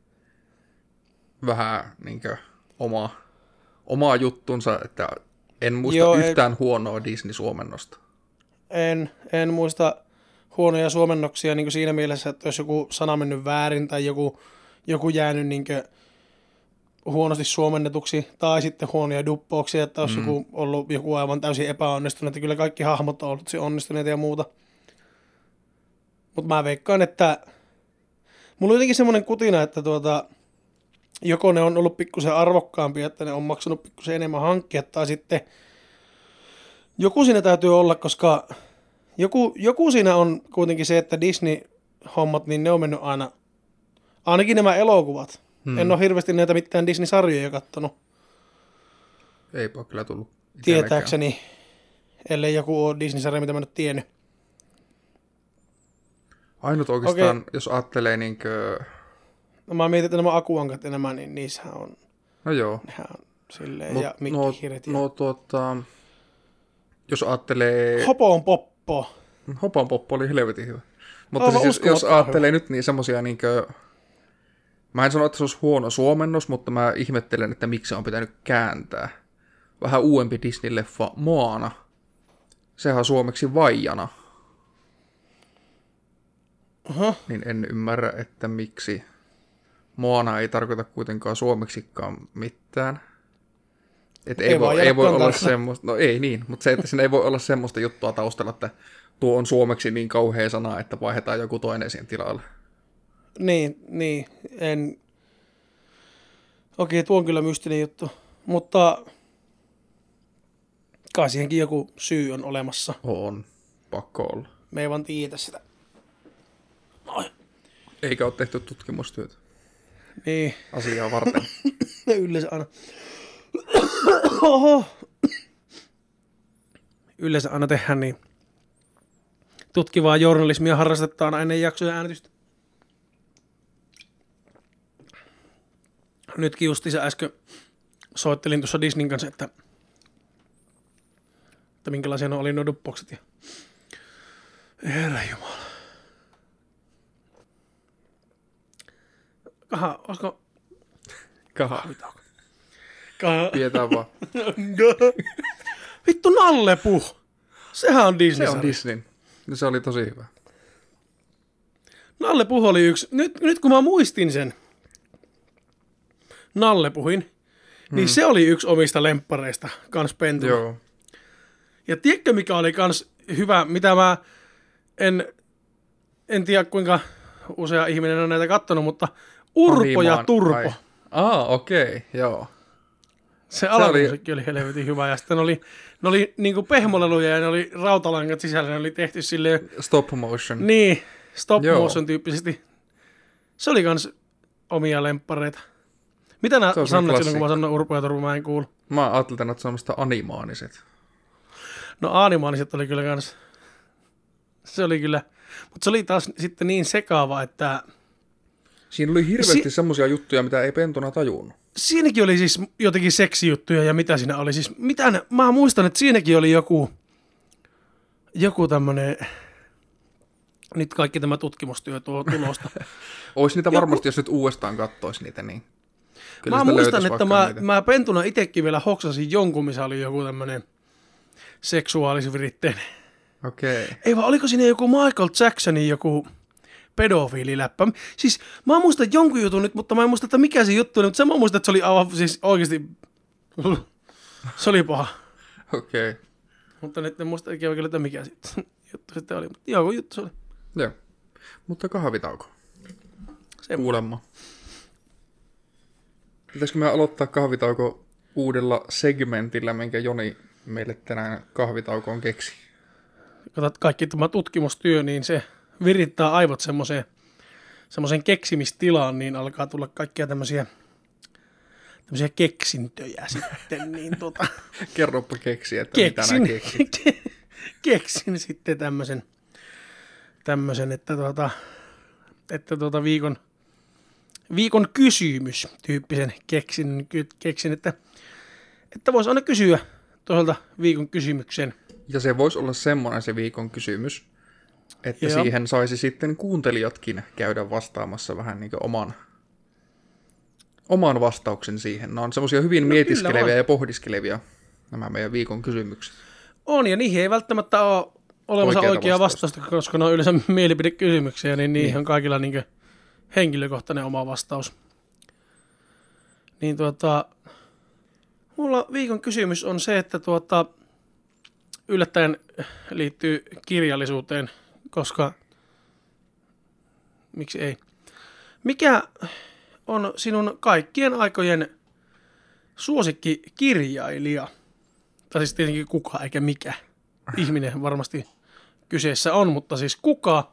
vähän niinkö oma juttunsa, että en muista yhtään huonoa Disney-suomennosta. En muista huonoja suomennoksia niin kuin siinä mielessä, että jos joku sana mennyt väärin tai joku jäänyt niin kuin huonosti suomennetuksi tai sitten huonoja duppauksia, että olisi ollut joku aivan täysin epäonnistunut, että kyllä kaikki hahmot on ollut onnistuneita ja muuta. Mutta mä veikkaan, että mulla on jotenkin semmoinen kutina, että joko ne on ollut pikkusen arvokkaampia, että ne on maksanut pikkusen enemmän hankkia, tai sitten joku siinä täytyy olla, koska joku siinä on kuitenkin se, että Disney-hommat, niin ne on mennyt ainakin nämä elokuvat. En ole hirveästi näitä mitään Disney-sarjoja kattonut. Eipä ole kyllä tullut tietääkseni, ellei joku ole Disney-sarja, mitä mä nyt tiennyt. Ainut oikeastaan, jos ajattelee niinkö... No mä mietin, että nämä akuankat enemmän, niin niissähän on... No joo. Nehän on silleen, ja mikkihiret. Jos ajattelee... Hopon poppo. Hopon poppo oli helvetin hyvä. Mutta siis, jos ajattelee nyt niin semmosia niinkö... Mä en sano, että se olisi huono suomennos, mutta mä ihmettelen, että miksi se on pitänyt kääntää. Vähän uudempi Disney-leffa Moana. Sehän on suomeksi Vaijana. Niin en ymmärrä, että miksi Moana ei tarkoita kuitenkaan suomeksikaan mitään. Että ei voi olla semmoista, no ei niin, mutta se, että siinä ei voi olla semmoista juttua taustalla, että tuo on suomeksi niin kauhea sana, että vaihdetaan joku toinen siihen tilalle. Niin, Okei, tuo on kyllä mystinen juttu, mutta kai siihenkin joku syy on olemassa. On, pakko olla. Me ei vaan tiedä sitä. Noin. Eikä ole tehty tutkimustyötä. Niin. Asiaa varten. Yleensä aina. Oho. Yleensä aina tehdään niin. Tutkivaa journalismia harrastetaan ennen jaksojen äänitystä. Nytkin justiinsa äsken soittelin tuossa Disneyn kanssa, että minkälaisia ne oli nuo duppokset. Ja... Herra Jumala. Olisiko... Kaha. Pidetään vaan. Vittu Nallepuh. Sehän on Disney. Se on Disney. No, se oli tosi hyvä. Nallepuh oli yksi. Nyt kun mä muistin sen Nallepuhin, niin se oli yksi omista lemppareista kans pentuna. Joo. Ja tiedätkö mikä oli kans hyvä, mitä mä en tiedä kuinka usea ihminen on näitä kattonut, mutta Urpo ja Turpo. Okei, joo. Se alamusiikki oli helvetin hyvä, ja sitten ne oli niinku pehmoleluja, ja ne oli rautalangat sisällä, ne oli tehty silleen... Stop motion. Niin, stop motion tyyppisesti. Se oli kans omia lemppareita. Mitä nää sanot silloin, kun mä sanon Urpo ja Turpo, mä en kuulu? Mä ajattelin, että semmoista animaaniset. No animaaniset oli kyllä kans... Se oli kyllä... Mutta se oli taas sitten niin sekaava, että... Siinä oli hirveästi semmoisia juttuja, mitä ei pentuna tajunnut. Siinäkin oli siis jotenkin seksijuttuja ja mitä siinä oli. Siis mä muistan, että siinäkin oli joku tämmönen... Nyt kaikki tämä tutkimustyö tuo tulosta. Olisi niitä varmasti, jos nyt uudestaan kattoisi niitä, niin... Kyllä mä muistan, että mä pentuna itsekin vielä hoksasin jonkun, missä oli joku tämmönen seksuaalisviritteinen. Okei. Okay. Ei vaan, oliko siinä joku Michael Jacksonin joku pedofiililäppä? Siis mä muistan jonkun jutun nyt, mutta mä en muista, että mikä se juttu oli, mutta mä muistan, että se oli aivan siis oikeasti, se oli paha. Okei. Okay. Mutta nyt en muista ikävä kyllä, että mikä juttu sitten oli, mutta joku juttu se oli. Joo, mutta kahvitauko. Kuulemma. Pitäisikö me aloittaa kahvitauko uudella segmentillä, minkä Joni meille tänään kahvitaukoon keksi? Katsot kaikki tämä tutkimustyö, niin se virittää aivot semmoiseen keksimistilaan, niin alkaa tulla kaikkia tämmöisiä keksintöjä sitten. Niin Kerropa keksiä, että mitä nää keksit. Keksin sitten tämmöisen että viikon kysymys tyyppisen keksin, että voisi aina kysyä toiselta viikon kysymyksen. Ja se voisi olla semmoinen se viikon kysymys, että siihen saisi sitten kuuntelijatkin käydä vastaamassa vähän niin kuin oman vastauksen siihen. Ne on semmoisia hyvin mietiskelevia ja pohdiskelevia nämä meidän viikon kysymykset. On, ja niihin ei välttämättä ole olemassa oikea vastausta, koska ne on yleensä mielipidekysymyksiä, niin niihin on kaikilla niin kuin henkilökohtainen oma vastaus. Niin mulla viikon kysymys on se, että yllättäen liittyy kirjallisuuteen, koska miksi ei? Mikä on sinun kaikkien aikojen suosikkikirjailija? Tai siis tietenkin kuka eikä mikä. Ihminen varmasti kyseessä on, mutta siis kuka?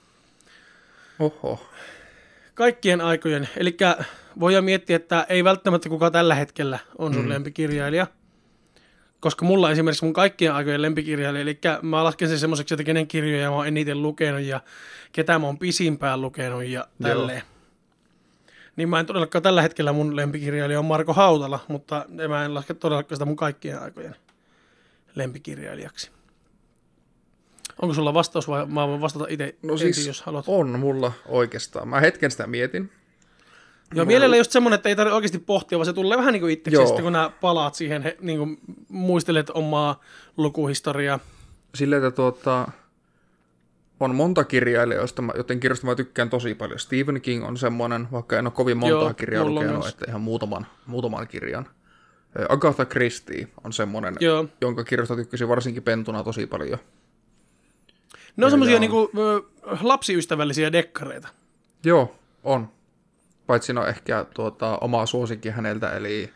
Oho. Kaikkien aikojen, eli voidaan miettiä, että ei välttämättä kuka tällä hetkellä on sun lempikirjailija, koska mulla esimerkiksi mun kaikkien aikojen lempikirjailija, eli mä lasken sen semmoiseksi, että kenen kirjoja mä oon eniten lukenut ja ketä mä oon pisimpään lukenut ja tälleen. Niin mä en todellakaan tällä hetkellä mun lempikirjailija on Marko Hautala, mutta mä en laske todellakaan sitä mun kaikkien aikojen lempikirjailijaksi. Onko sulla vastaus vai mä voin vastata itse ensin, jos haluat? On mulla oikeastaan. Mä hetken sitä mietin. Joo, mielellä just semmoinen, että ei tarvitse oikeasti pohtia, vaan se tulee vähän niin kuin itseksi, sitten kun nää palaat siihen, niin kuin muistelet omaa lukuhistoriaa. Silleen, että on monta kirjailijaa, joten kirjasta mä tykkään tosi paljon. Stephen King on semmoinen, vaikka en ole kovin montaa kirjaa lukenut, että ihan muutaman kirjan. Agatha Christie on semmoinen, jonka kirjasta tykkäsin varsinkin pentuna tosi paljon. Ne on semmoisia niinku lapsiystävällisiä dekkareita. Joo, on. Paitsi on ehkä oma suosikki häneltä, eli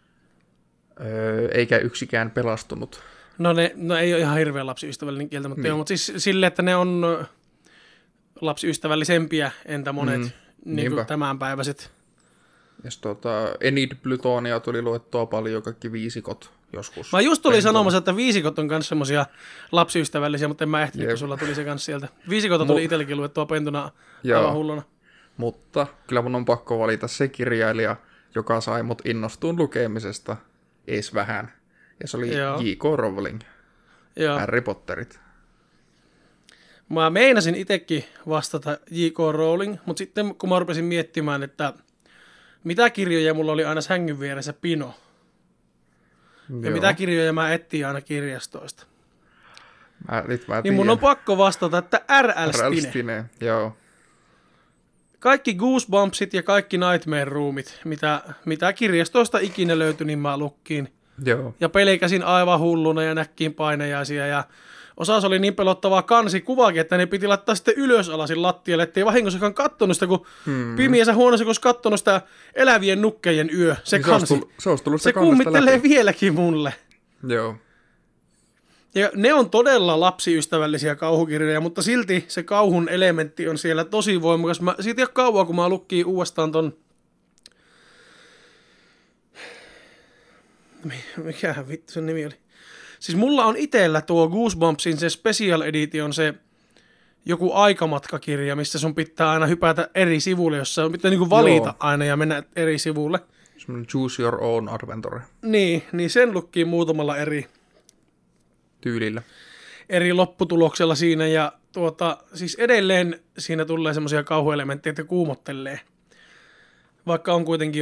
eikä yksikään pelastunut. No ei ole ihan hirveän lapsiystävällinen kieltä, mutta siis sille, että ne on lapsiystävällisempiä, entä monet niin kuin tämänpäiväiset. Ja Enid Blytonia tuli luettua paljon, kaikki viisikot joskus. Mä just tulin sanomassa, että viisikot on myös semmoisia lapsiystävällisiä, mutta en mä ehtinyt, kun sulla tuli se kanssa sieltä. Viisikot tuli itsellekin luettua pentuna aivan hulluna. Mutta kyllä mun on pakko valita se kirjailija, joka sai mut innostuun lukemisesta ees vähän. Ja se oli J.K. Rowling. Harry Potterit. Mä meinasin itsekin vastata J.K. Rowling, mutta sitten kun mä rupesin miettimään, että mitä kirjoja mulla oli aina sängyn vieressä pino. Ja mitä kirjoja mä etsin aina kirjastoista. Niin mun on pakko vastata, että R.L. Stine. Joo. Kaikki Goosebumpsit ja kaikki Nightmare Roomit, mitä kirjastoista ikinä löytyi, niin mä lukkiin. Joo. Ja pelkäsin aivan hulluna ja näkkiin painajaisia. Ja osassa oli niin pelottavaa kansikuvakin, että ne piti laittaa sitten ylös alasin lattialle, ettei vahingossakaan kattonut sitä, kun pimiässä huoneessa, kun olisi kattonut sitä elävien nukkejen yö. Se niin kansi. Se kummittelee läpi vieläkin mulle. Joo. Ja ne on todella lapsiystävällisiä kauhukirjoja, mutta silti se kauhun elementti on siellä tosi voimakas. Siitä ei ole kauan, kun mä lukkiin uudestaan ton... Mikähän vittu sen nimi oli? Siis mulla on itellä tuo Goosebumpsin se Special Edition, se joku aikamatkakirja, missä sun pitää aina hypätä eri sivulle, jossa pitää niinku valita aina ja mennä eri sivulle. Semmoinen Choose Your Own Adventure. Niin sen lukkiin muutamalla eri tyylillä. Eri lopputuloksella siinä ja siis edelleen siinä tulee semmoisia kauhuelementtejä, että kuumottelee. Vaikka on kuitenkin jo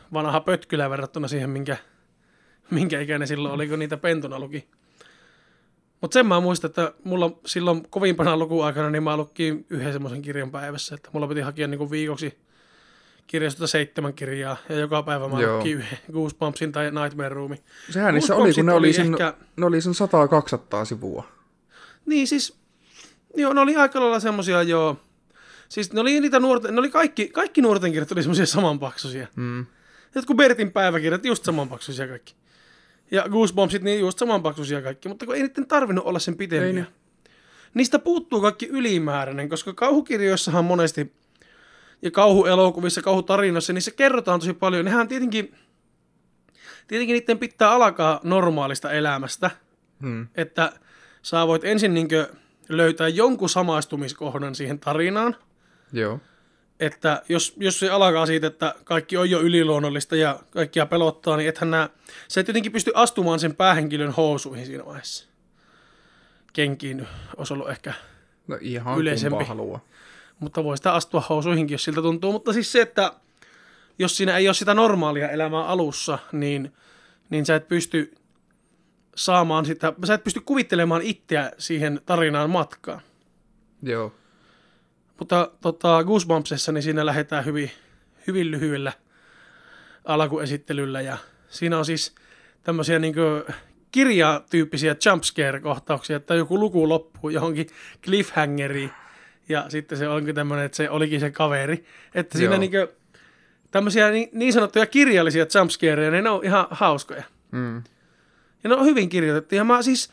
vanha pötkylä verrattuna siihen, minkä ikäinen silloin oli, kun niitä pentuna luki. Mutta sen mä muistan, että mulla silloin kovimpana lukuaikana niin mä lukkiin yhden semmoisen kirjan päivässä, että mulla piti hakea niin kuin viikoksi kirjastosta 7 kirjaa, ja joka päivä mä lukkiin yhden Goosebumpsin tai Nightmare Roomin. Sehän niissä oli, kun ne oli sen 100-200 sivua. Niin siis, joo, ne oli aika lailla semmosia, joo. Siis ne oli niitä nuorten, ne oli kaikki nuorten kirjat oli semmosia samanpaksuisia. Jotkut Bertin päiväkirjat just samanpaksuisia kaikki. Ja Goosebumpsit niin just samanpaksuisia kaikki, mutta kun ei niiden tarvinnut olla sen pitempiä. Niistä puuttuu kaikki ylimääräinen, koska kauhukirjoissahan monesti, ja kauhuelokuvissa, kauhutarinoissa, niissä kerrotaan tosi paljon. Nehän tietenkin niiden pitää alkaa normaalista elämästä, että sä voit ensin niinkö löytää jonkun samaistumiskohdan siihen tarinaan. Joo. Että jos se alkaa siitä, että kaikki on jo yliluonnollista ja kaikkia pelottaa, niin sä et jotenkin pysty astumaan sen päähenkilön housuihin siinä vaiheessa. Kenkiin olisi ollut ehkä ihan yleisempi. Halua. Mutta voi sitä astua housuihinkin, jos siltä tuntuu. Mutta siis se, että jos siinä ei ole sitä normaalia elämää alussa, niin sä et pysty saamaan sitä, sä et pysty kuvittelemaan itseä siihen tarinaan matkaan. Joo. Mutta Goosebumpsissa niin siinä lähdetään hyvin lyhyellä alkuesittelyllä ja siinä on siis tämmöisiä niin kirjatyyppisiä jumpscare-kohtauksia, että joku luku loppuu johonkin cliffhangeriin ja sitten se onkin tämmöinen, että se olikin se kaveri. Että siinä niin tämmöisiä niin sanottuja kirjallisia jumpscareja, niin ne on ihan hauskoja. Ja ne on hyvin kirjoitettu. Ja mä siis...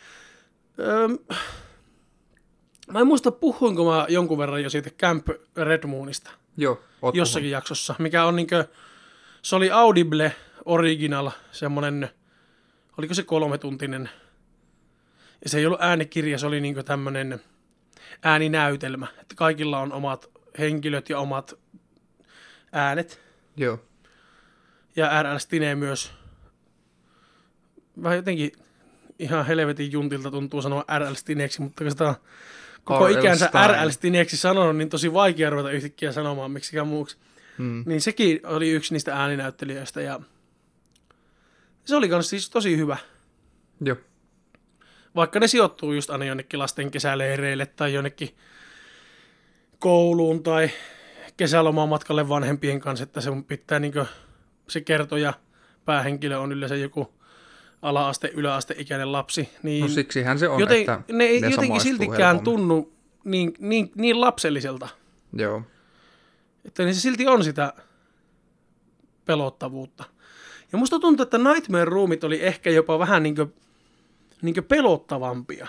mä en muista, puhuinko mä jonkun verran jo siitä Camp Red Moonista. Joo, jossakin jaksossa, mikä on niinkö, se oli Audible Original, semmonen, oliko se 3-tuntinen, ja se ei ollut äänikirja, se oli niinkö tämmönen ääninäytelmä, että kaikilla on omat henkilöt ja omat äänet. Joo. Ja R.L. Stine myös, vähän jotenkin ihan helvetin juntilta tuntuu sanoa R.L. Stineeksi, mutta kun sitä on koko ikänsä R.L. Stineeksi sanonut, niin tosi vaikea ruveta yhtäkkiä sanomaan miksikään muuksi. Niin sekin oli yksi niistä ääninäyttelijöistä ja se oli kans siis tosi hyvä. Joo. Vaikka ne sijoittuu just aina jonnekin lasten kesäleireille tai jonnekin kouluun tai kesälomamatkalle vanhempien kanssa, että se pitää niinkö se kertoja päähenkilö on yleensä joku ala-aste, yläasteikäinen lapsi. Niin no siksihän se on, että ne ei jotenkin siltikään tunnu niin lapselliselta. Joo. Että niin se silti on sitä pelottavuutta. Ja musta tuntuu, että Nightmare Roomit oli ehkä jopa vähän niinkö pelottavampia.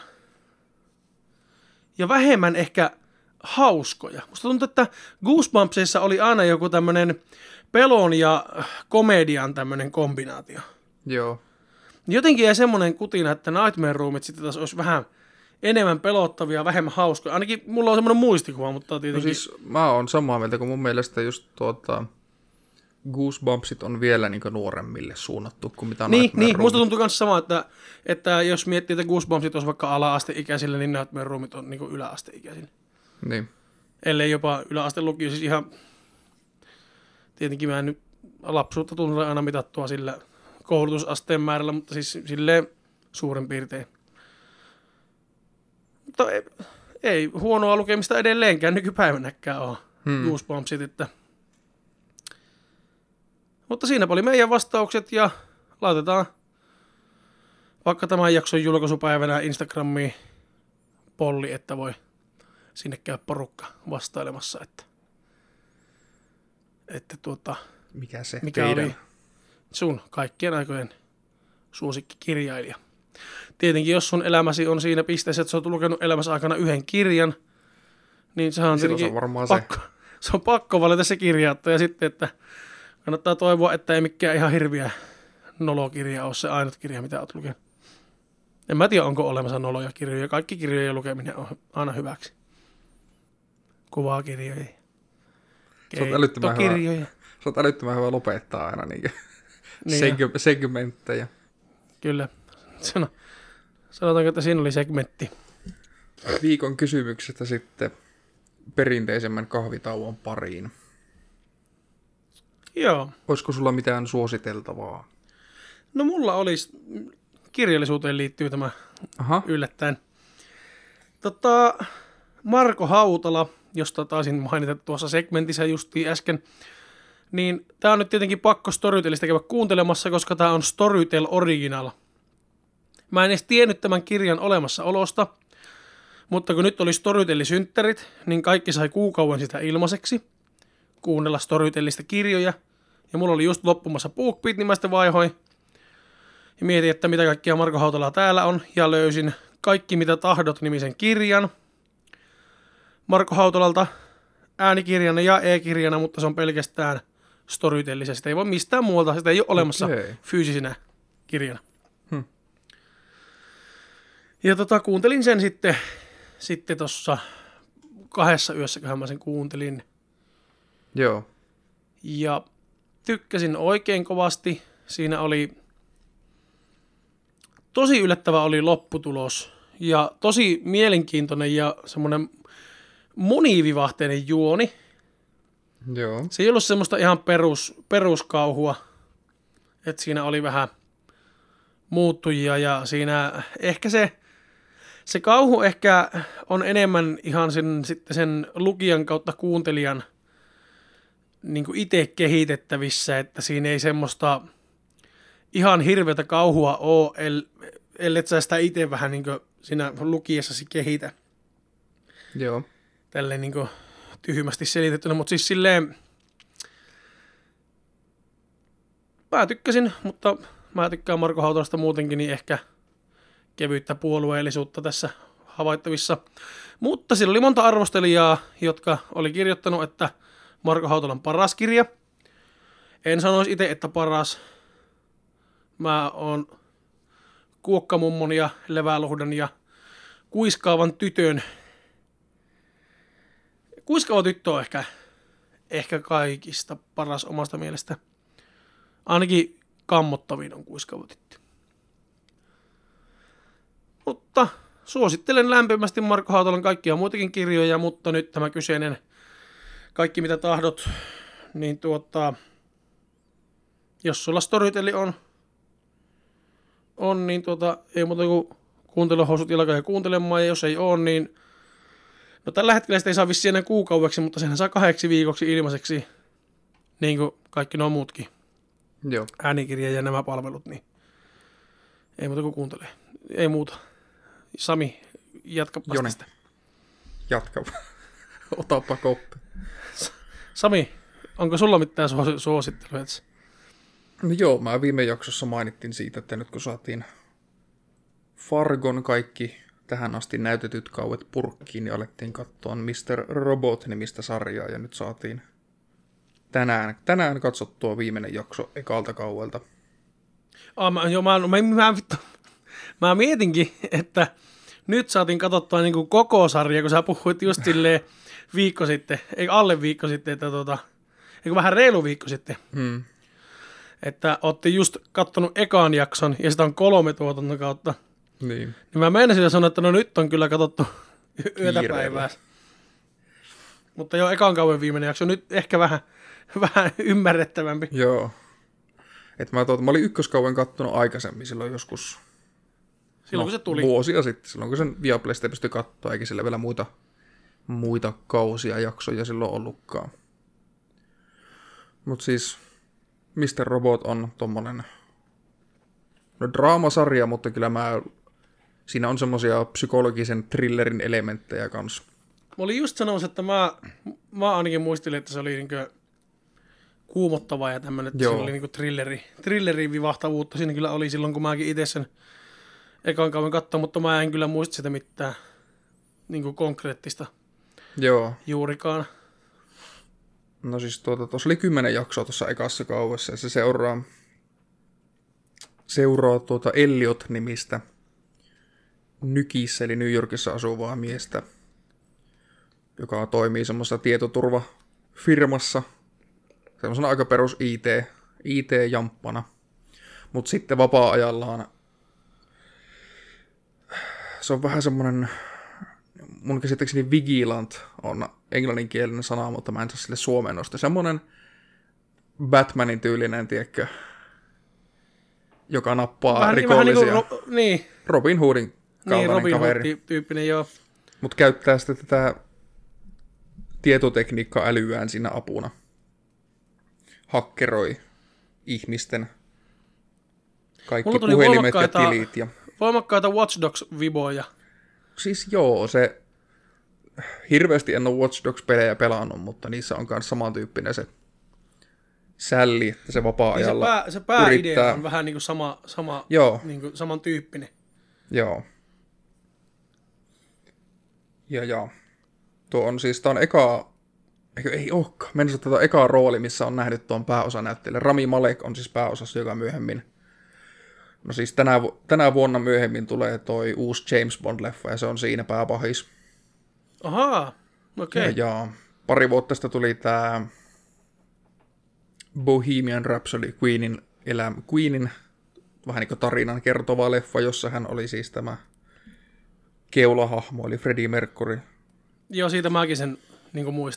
Ja vähemmän ehkä hauskoja. Musta tuntuu, että Goosebumpsissa oli aina joku tämmönen pelon ja komedian tämmönen kombinaatio. Joo. Jotenkin jäi semmoinen kutina, että Nightmare Roomit sitten taas olisi vähän enemmän pelottavia, vähemmän hauskoja. Ainakin mulla on semmoinen muistikuva, mutta tietenkin... No siis mä oon samaa mieltä, kun mun mielestä just Goosebumpsit on vielä niin nuoremmille suunnattu kuin mitä Nightmare Roomit. Niin, musta tuntuu myös sama, että jos miettii, että Goosebumpsit olisi vaikka ala-asteikäisille, niin Nightmare Roomit on niin yläasteikäisille. Niin. Ellei jopa yläastelukio, siis ihan... Tietenkin mä en nyt lapsuutta tunnu aina mitattua sillä koulutusasteen määrällä, mutta siis silleen suurin piirtein. Mutta ei huonoa lukemista edelleenkään nykypäivänäkään ole Goosebumpsit, että... Mutta siinäpä oli meidän vastaukset ja laitetaan vaikka tämän jakson julkaisupäivänä Instagramiin polli, että voi sinne käy porukka vastailemassa, että mikä oli sun kaikkien aikojen suosikkikirjailija. Tietenkin, jos sun elämäsi on siinä pisteessä, että sä oot lukenut elämässä aikana yhden kirjan, niin sehän on tietenkin pakko. Se on pakko valita se kirjaatto ja sitten, että kannattaa toivoa, että ei mikään ihan hirviä nolokirja ole se ainut kirja, mitä oot lukenut. En mä tiedä, onko olemassa noloja kirjoja. Kaikki kirjojen lukeminen on aina hyväksi. Kuvakirjoja. Keittokirjoja. Sä oot älyttömän hyvä lopettaa aina niin segmenttejä. Kyllä. Sanotaanko, että siinä oli segmentti. Viikon kysymyksestä sitten perinteisemmän kahvitauon pariin. Joo. Olisiko sulla mitään suositeltavaa? No mulla olisi, kirjallisuuteen liittyy tämä yllättäen. Marko Hautala, josta taisin mainita tuossa segmentissä justiin äsken, niin tää on nyt tietenkin pakko Storytelista käydä kuuntelemassa, koska tää on Storytel Original. Mä en edes tiennyt tämän kirjan olemassaolosta, mutta kun nyt oli Storytel-synttärit, niin kaikki sai kuukauden sitä ilmaiseksi kuunnella Storytelista kirjoja. Ja mulla oli just loppumassa BookBeat, niin mä sitten vaihoin ja mietin, että mitä kaikkia Marko Hautalaa täällä on. Ja löysin Kaikki mitä tahdot -nimisen kirjan Marko Hautalalta äänikirjana ja e-kirjana, mutta se on pelkästään Storytelissa. Sitä ei voi mistään muualta, sitä ei ole olemassa fyysisenä kirjana. Ja kuuntelin sen sitten tuossa 2 yössäköhän mä sen kuuntelin. Joo. Ja tykkäsin oikein kovasti. Siinä oli tosi yllättävä oli lopputulos. Ja tosi mielenkiintoinen ja semmoinen monivivahteinen juoni. Joo. Se ei ollut semmoista ihan peruskauhua. Että siinä oli vähän muuttujia ja siinä ehkä se kauhu ehkä on enemmän ihan sen lukijan kautta kuuntelijan niin kuin itse kehitettävissä, että siinä ei semmoista ihan hirveätä kauhua ole, ellet sä sitä itse vähän niin kuin siinä lukiessasi kehitä. Joo. Tälleen niin kuin tyhmästi selitettynä, mutta siis silleen mä tykkäsin, mutta mä tykkään Marko Hautalasta muutenkin, niin ehkä kevyyttä puolueellisuutta tässä havaittavissa. Mutta sillä oli monta arvostelijaa, jotka oli kirjoittanut, että Marko Hautalan paras kirja. En sanoisi itse, että paras. Mä oon Kuokkamummon ja Leväluhdan ja Kuiskaavan tytön. Kuiskaava tyttö on ehkä kaikista paras omasta mielestä. Ainakin kammottavin on Kuiskaava tyttö. Mutta suosittelen lämpimästi Marko Hautalan kaikkia muitakin kirjoja, mutta nyt tämä kyseinen Kaikki mitä tahdot, niin jos sulla Storytel on niin ei muuta kuin kuunteluhousut jalkaan ja kuuntelemaan, ja jos ei ole, niin no tällä hetkellä sitä ei saa vissiin enää kuukaudeksi, mutta senhän saa 8 viikoksi ilmaiseksi, niin kuin kaikki nuo muutkin. Joo. Äänikirja ja nämä palvelut, niin ei muuta kuin kuuntelee. Ei muuta. Sami, jatka sitä. Jatka. Otapa koppi. Sami, onko sulla mitään suositteluja? No joo, mä viime jaksossa mainittiin siitä, että nyt kun saatiin Fargon kaikki tähän asti näytetyt kauet purkkiin, niin alettiin katsoa Mr. Robot-nimistä sarjaa, ja nyt saatiin tänään katsottua viimeinen jakso ekalta kauelta. Mä mietinkin, että nyt saatiin katsottua niin kuin koko sarja, kun sä puhuit just silleen viikko sitten, ei alle viikko sitten, että eikö vähän reilu viikko sitten, että ootte just kattonut ekan jakson ja sitä on 3 tuotantokautta. Niin mä meinasin jo sanoa, että no nyt on kyllä katsottu yötä päivää. Mutta joo, ekan kauden viimeinen jakso, nyt ehkä vähän ymmärrettävämpi. Joo. Mä olin ykköskauden kattonut aikaisemmin silloin joskus. Silloin kun se tuli. Vuosia sitten, silloin kun sen Viaplaysta pystyi katsoa, eikä sillä vielä muita kausia jaksoja silloin ollutkaan. Mut siis Mr. Robot on tommonen draamasarja, mutta kyllä siinä on semmosia psykologisen thrillerin elementtejä kanssa. Mä olin just sanomassa, että mä ainakin muistelin, että se oli niinkö kuumottava ja tämmönen, että siinä oli niinkö thrillerin vivahtavuutta. Siinä kyllä oli silloin, kun mäkin itse sen ekan kauden katsoin, mutta mä en kyllä muista sitä mitään niinkö konkreettista juurikaan. No siis tuossa oli 10 jaksoa tuossa ekassa kaudessa, ja se seuraa Elliot-nimistä Nykissä, eli New Yorkissa asuvaa miestä, joka toimii semmoisessa tietoturvafirmassa, semmoisena aika perus IT-jamppana, mutta sitten vapaa-ajallaan se on vähän semmoinen, mun käsittääkseni vigilant on englanninkielinen sana, mutta mä en saa sille suomennosta. Semmoinen Batmanin tyylinen, tiedätkö, joka nappaa vähän rikollisia. Vähän niin. Robin Hoodin kaltainen Robin kaveri. Hood-tyyppinen, joo. Mutta käyttää sitten tätä tietotekniikka-älyään siinä apuna. Hakkeroi ihmisten kaikki puhelimet ja tilit. Ja... voimakkaita Watch Dogs-viboja. Siis joo, se... Hirveästi en ole Watch Dogs-pelejä pelannut, mutta niissä on myös samantyyppinen se sälli, että se vapaa-ajalla niin se pääidea yrittää... on vähän niin kuin sama niin kuin samantyyppinen. Joo. Ja. Tuo on siis, tää on eka... Ei olekaan. Mennessä tätä eka rooli, missä on nähnyt tuon pääosanäyttelijän. Rami Malek on siis pääosassa, joka myöhemmin... No siis tänä vuonna myöhemmin tulee toi uusi James Bond-leffa, ja se on siinä pääpahis. Ahaa, okei. Okay. Ja pari vuotta sitten tuli tää Bohemian Rhapsody, Queenin vähän niin kuin tarinan kertova leffa, jossa hän oli siis tämä keulahahmo, eli Freddie Mercury. Joo, siitä mäkin sen niin kuin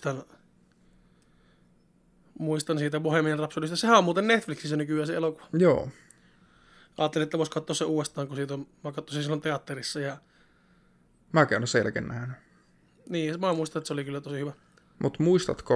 muistan siitä Bohemian Rhapsodysta. Sehän on muuten Netflixissä nykyään se elokuva. Joo. Ajattelin, että voisi katsoa se uudestaan, kun siitä mä katsoin sen silloin teatterissa. Ja... Mä käyn selkeän nähnyt. Niin, mä muistan, että se oli kyllä tosi hyvä. Mut muistatko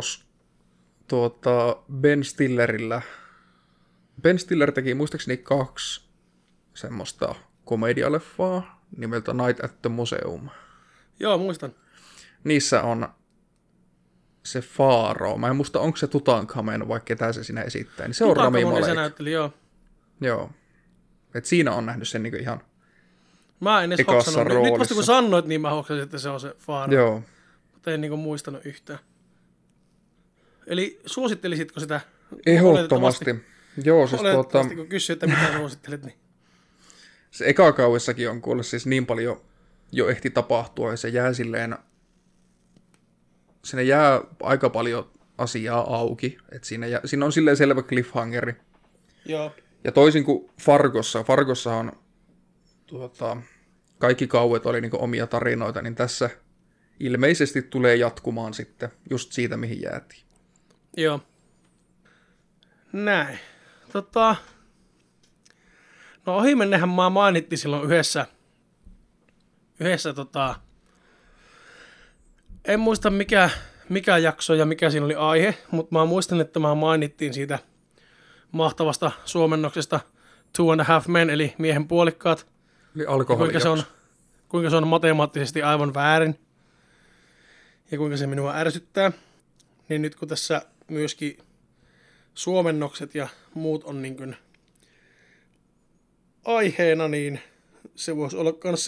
Ben Stillerillä? Ben Stiller teki muistaakseni 2 semmoista komedialeffaa nimeltä Night at the Museum. Joo, muistan. Niissä on se Faaro. Mä en muista, onko se Tutankhamen, vaikka ketä se siinä esittää. Niin se on Rami Malek. Se näytteli, joo. Joo. Et siinä on nähnyt sen niinku ihan mä en edes hoksannut. Nyt vasta kun sanoit, niin mä hoksasin, että se on se Faaro. Joo. Mutta en niinku muistanut yhtään. Eli suosittelisitko sitä? Ehdottomasti. Joo, siis kun kysyy, että mitä suosittelet, niin... Se eka kauessakin on kuule siis niin paljon jo ehti tapahtua, ja se jää silleen... Siinä jää aika paljon asiaa auki, että siinä on silleen selvä cliffhangeri. Joo. Ja toisin kuin Fargossa on kaikki kauet oli niinku omia tarinoita, niin tässä ilmeisesti tulee jatkumaan sitten just siitä, mihin jäätiin. Joo. Näin. No ohimennähän mä mainittiin silloin yhdessä en muista mikä jakso ja mikä siinä oli aihe, mutta mä muistan, että mä mainittiin siitä mahtavasta suomennoksesta 2.5 Men, eli miehen puolikkaat. Eli alkoholijakso. Kuinka se on matemaattisesti aivan väärin. Ja kuinka se minua ärsyttää. Niin nyt kun tässä myöskin suomennokset ja muut on niin kuin aiheena, niin se voisi olla myös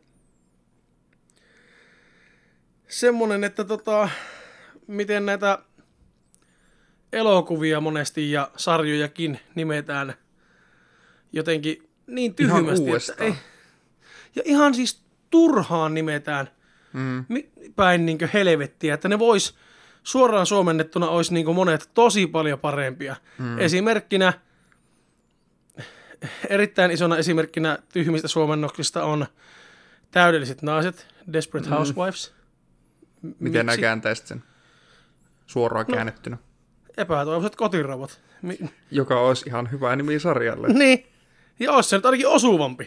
semmonen, että miten näitä elokuvia monesti ja sarjojakin nimetään jotenkin niin tyhmästi, että ei, ja ihan siis turhaan nimetään päin niin kuin helvettiä, että ne vois suoraan suomennettuna olisi niin kuin monet tosi paljon parempia. Esimerkkinä, erittäin isona esimerkkinä tyhmistä suomennoksista on Täydelliset naiset, Desperate Housewives. Miten nää kääntäisit sen suoraan käännettynä? Epätoivoiset kotirauvat. Joka olisi ihan hyvä nimi sarjalle. Niin, ja olisi se nyt ainakin osuvampi.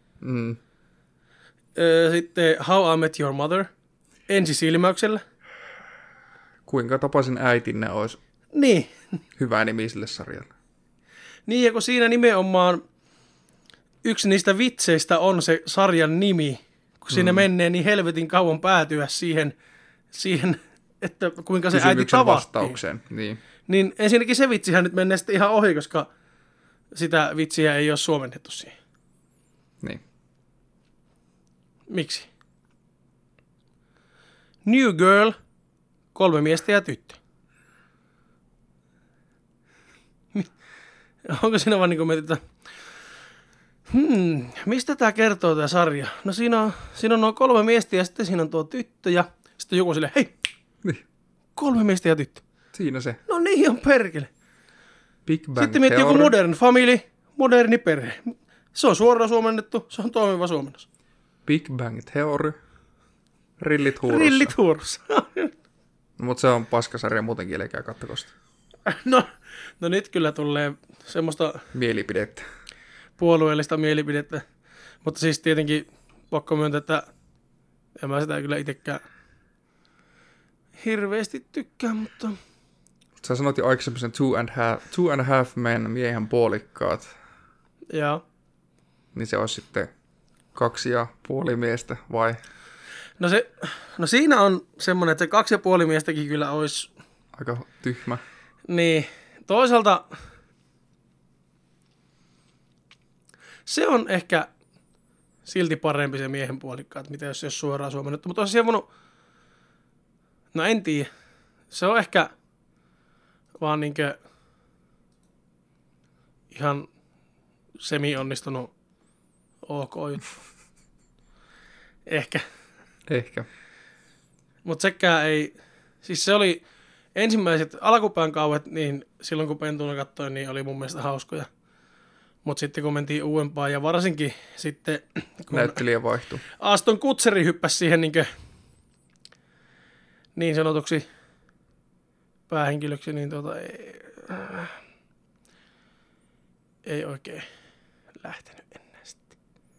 Sitten How I Met Your Mother, ensisilmäyksellä. Kuinka tapasin äitinne olisi niin hyvä nimi sille sarjalle. Niin, ja kun siinä nimenomaan yksi niistä vitseistä on se sarjan nimi, kun siinä menee niin helvetin kauan päätyä siihen että kuinka se äiti tavattiin. Vastaukseen, niin. Niin ensinnäkin se vitsihän nyt menee sitten ihan ohi, koska sitä vitsiä ei ole suomennettu siihen. Niin. Miksi? New Girl, 3 miestä ja tyttö. Onko siinä vaan niin kuin mietitään, mistä tämä kertoo tämä sarja? No siinä on nuo 3 miestä ja sitten siinä on tuo tyttö ja sitten joku silleen, hei, niin. 3 miestä ja tyttö. Siinä se. No niin on perkele. Big Bang sitten miettii joku Modern Family, moderni perhe. Se on suoraan suomennettu, se on toimiva suomennos. Big Bang Theory, Rillit huurussa. Rillit huurussa. No, mutta se on paskasarja muutenkin, eli käy kattokosta. No nyt kyllä tulee semmoista mielipidettä. Puolueellista mielipidettä. Mutta siis tietenkin pakko myöntää, että en mä sitä kyllä itsekään hirveästi tykkää, mutta... Sä sanoit jo aikaisemmin sen two and a half men, miehen puolikkaat. Joo. Niin se olisi sitten 2,5 miestä, vai? No siinä on semmoinen, että se 2,5 miestäkin kyllä olisi... Aika tyhmä. Niin, toisaalta se on ehkä silti parempi se miehen puolikkaat, mitä jos se olisi suoraan suomennettu. Mutta olisi voinut, no en tiedä, se on ehkä vaan niinkö ihan semi-onnistunut ok juttu. Ehkä. Mutta sekään ei, siis se oli ensimmäiset alkupään kauet, niin silloin kun pentuna katsoin, niin oli mun mielestä hauskoja. Mutta sitten kun mentiin uudempaan ja varsinkin sitten... Näyttelijä vaihtui. Aston Kutseri hyppäsi siihen niin sanotuksi päähenkilöksi, niin ei oikein lähtenyt enää sitten.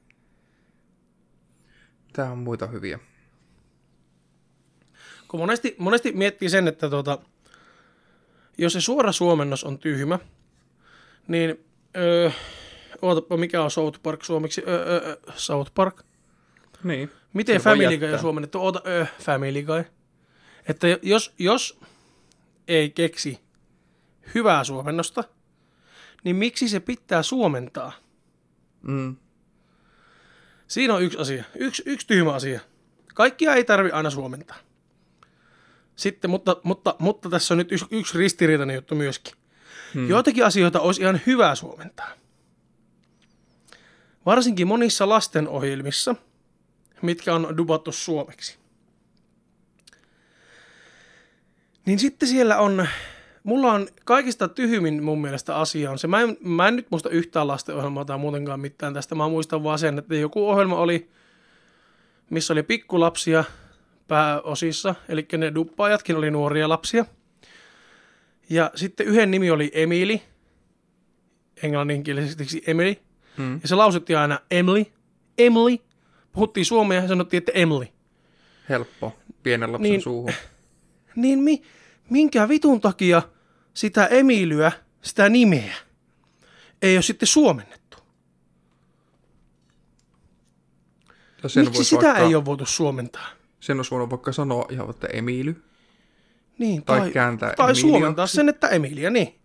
Tää on muita hyviä. Kun monesti miettii sen, että jos se suora suomennos on tyhmä, niin ootapa, mikä on South Park suomeksi? South Park? Niin. Miten Family Guy on suomennettu? Family Guy. Että jos ei keksi hyvää suomennosta, niin miksi se pitää suomentaa? Mm. Siinä on yksi asia. Yksi tyhmä asia. Kaikkia ei tarvi aina suomentaa. Sitten, mutta tässä on nyt yksi ristiriitainen juttu myöskin. Joitakin asioita olisi ihan hyvä suomentaa. Varsinkin monissa lastenohjelmissa, mitkä on dubattu suomeksi. Niin sitten siellä on, mulla on kaikista tyhmin mun mielestä asia on se, mä en nyt muista yhtään lastenohjelmaa tai muutenkaan mitään tästä, mä muistan vaan sen, että joku ohjelma oli, missä oli pikkulapsia pääosissa, eli ne duppaajatkin oli nuoria lapsia. Ja sitten yhden nimi oli Emily, englanninkielisesti Emily, ja se lausuttiin aina Emily. Puhuttiin suomea ja sanottiin, että Emily. Helppo, pienen lapsen suuhun. Niin minkä vitun takia sitä Emilyä, sitä nimeä, ei ole sitten suomennettu? Miksi sitä ei ole voitu suomentaa? Sen olisi voinut vaikka sanoa ihan, että Emily. Niin, tai kääntää tai suomentaa sen, että Emilia, niin.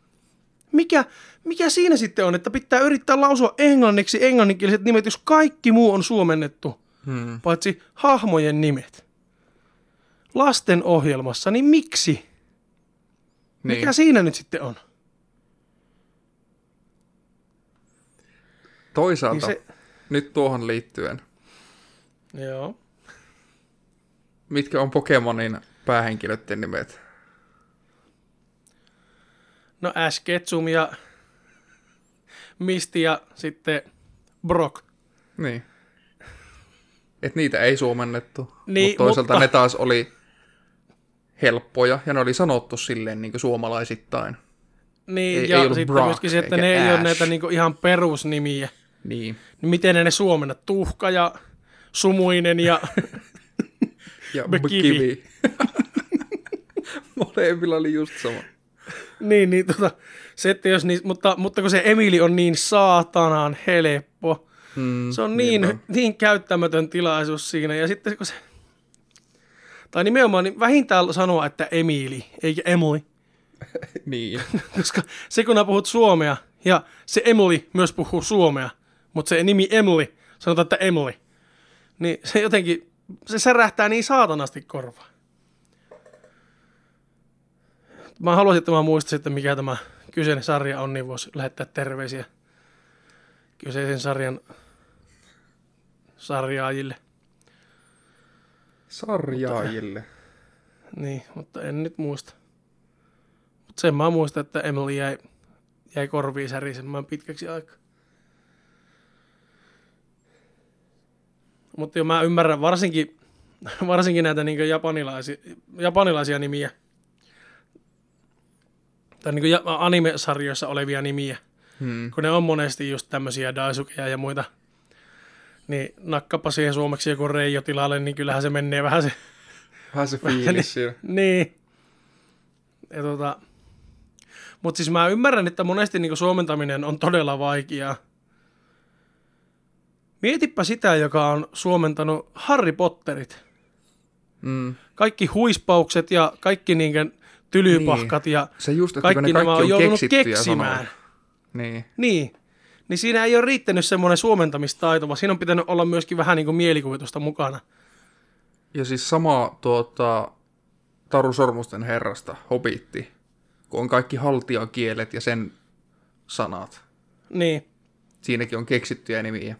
Mikä siinä sitten on, että pitää yrittää lausua englanniksi englanninkieliset nimet, jos kaikki muu on suomennettu, paitsi hahmojen nimet. Lasten ohjelmassa, niin miksi? Niin. Mikä siinä nyt sitten on? Toisaalta, niin nyt tuohon liittyen. Joo. Mitkä on Pokemonin päähenkilöiden nimet? No Ash Ketchum ja Misty ja sitten Brock. Niin. Et niitä ei suomennettu. Niin, mutta toisaalta ne taas oli helppoja ja ne oli sanottu silleen niin kuin suomalaisittain. Niin, ja sitten Brock, myöskin se, että ne ei ole näitä niin kuin ihan perusnimiä. Niin. Miten ne suomennat? Tuhka ja Sumuinen ja... ja Kivi. Molemmilla oli just sama. Niin, se, että jos mutta kun se Emily on niin saatanan helppo, se on niin käyttämätön tilaisuus siinä, ja sitten kun se, tai nimenomaan niin vähintään sanoa, että Emily, eikä Emily. Niin. Koska se kun puhut suomea, ja se Emily myös puhuu suomea, mutta se nimi Emily, sanotaan, että Emily, niin se jotenkin, se särähtää niin saatanasti korvaan. Mä haluaisin, että mä muistaisin, että mikä tämä kyseinen sarja on, niin voisi lähettää terveisiä kyseisen sarjan sarjaajille. Sarjaajille? Niin, mutta en nyt muista. Mutta sen mä muistan, että Emily jäi korviin särisemään pitkäksi aikaa. Mutta jo mä ymmärrän varsinkin näitä niin japanilaisia nimiä. tai niin kuin anime-sarjoissa olevia nimiä, kun ne on monesti just tämmöisiä Daisukeja ja muita, niin nakkapa siihen suomeksi joku Reijo tilalle, niin kyllähän se menee vähän se... Vähän se fiilis siinä. Niin. Mutta siis mä ymmärrän, että monesti niin kuin suomentaminen on todella vaikeaa. Mietipä sitä, joka on suomentanut Harry Potterit. Kaikki huispaukset ja kaikki niinkään tylypahkat ja se just, että kaikki nämä on joutunut keksimään. Niin. Niin siinä ei ole riittänyt semmoinen suomentamistaito, vaan siinä on pitänyt olla myöskin vähän niin kuin mielikuvitusta mukana. Ja siis sama Taru Sormusten herrasta, Hobitti, kun on kaikki haltiakielet ja sen sanat. Niin. Siinäkin on keksittyjä nimiä.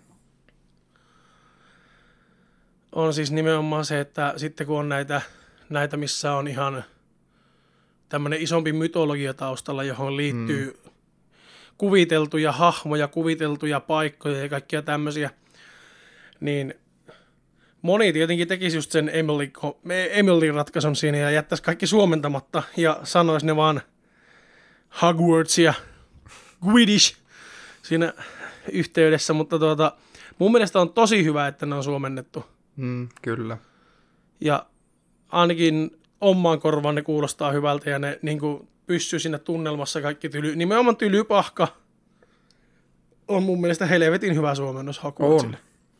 On siis nimenomaan se, että sitten kun on näitä missä on ihan tämmöinen isompi mytologia taustalla, johon liittyy kuviteltuja hahmoja, kuviteltuja paikkoja ja kaikkia tämmöisiä, niin moni tietenkin tekisi just sen Emily-ratkaisun siinä ja jättäisi kaikki suomentamatta ja sanoisi ne vaan Hogwarts ja Quidditch siinä yhteydessä, mutta mun mielestä on tosi hyvä, että ne on suomennettu. Kyllä. Ja ainakin omaan korvaan ne kuulostaa hyvältä ja ne niin kuin pysyy siinä tunnelmassa kaikki nimenomaan tylypahka on mun mielestä helvetin hyvä suomennos Hogwartsille.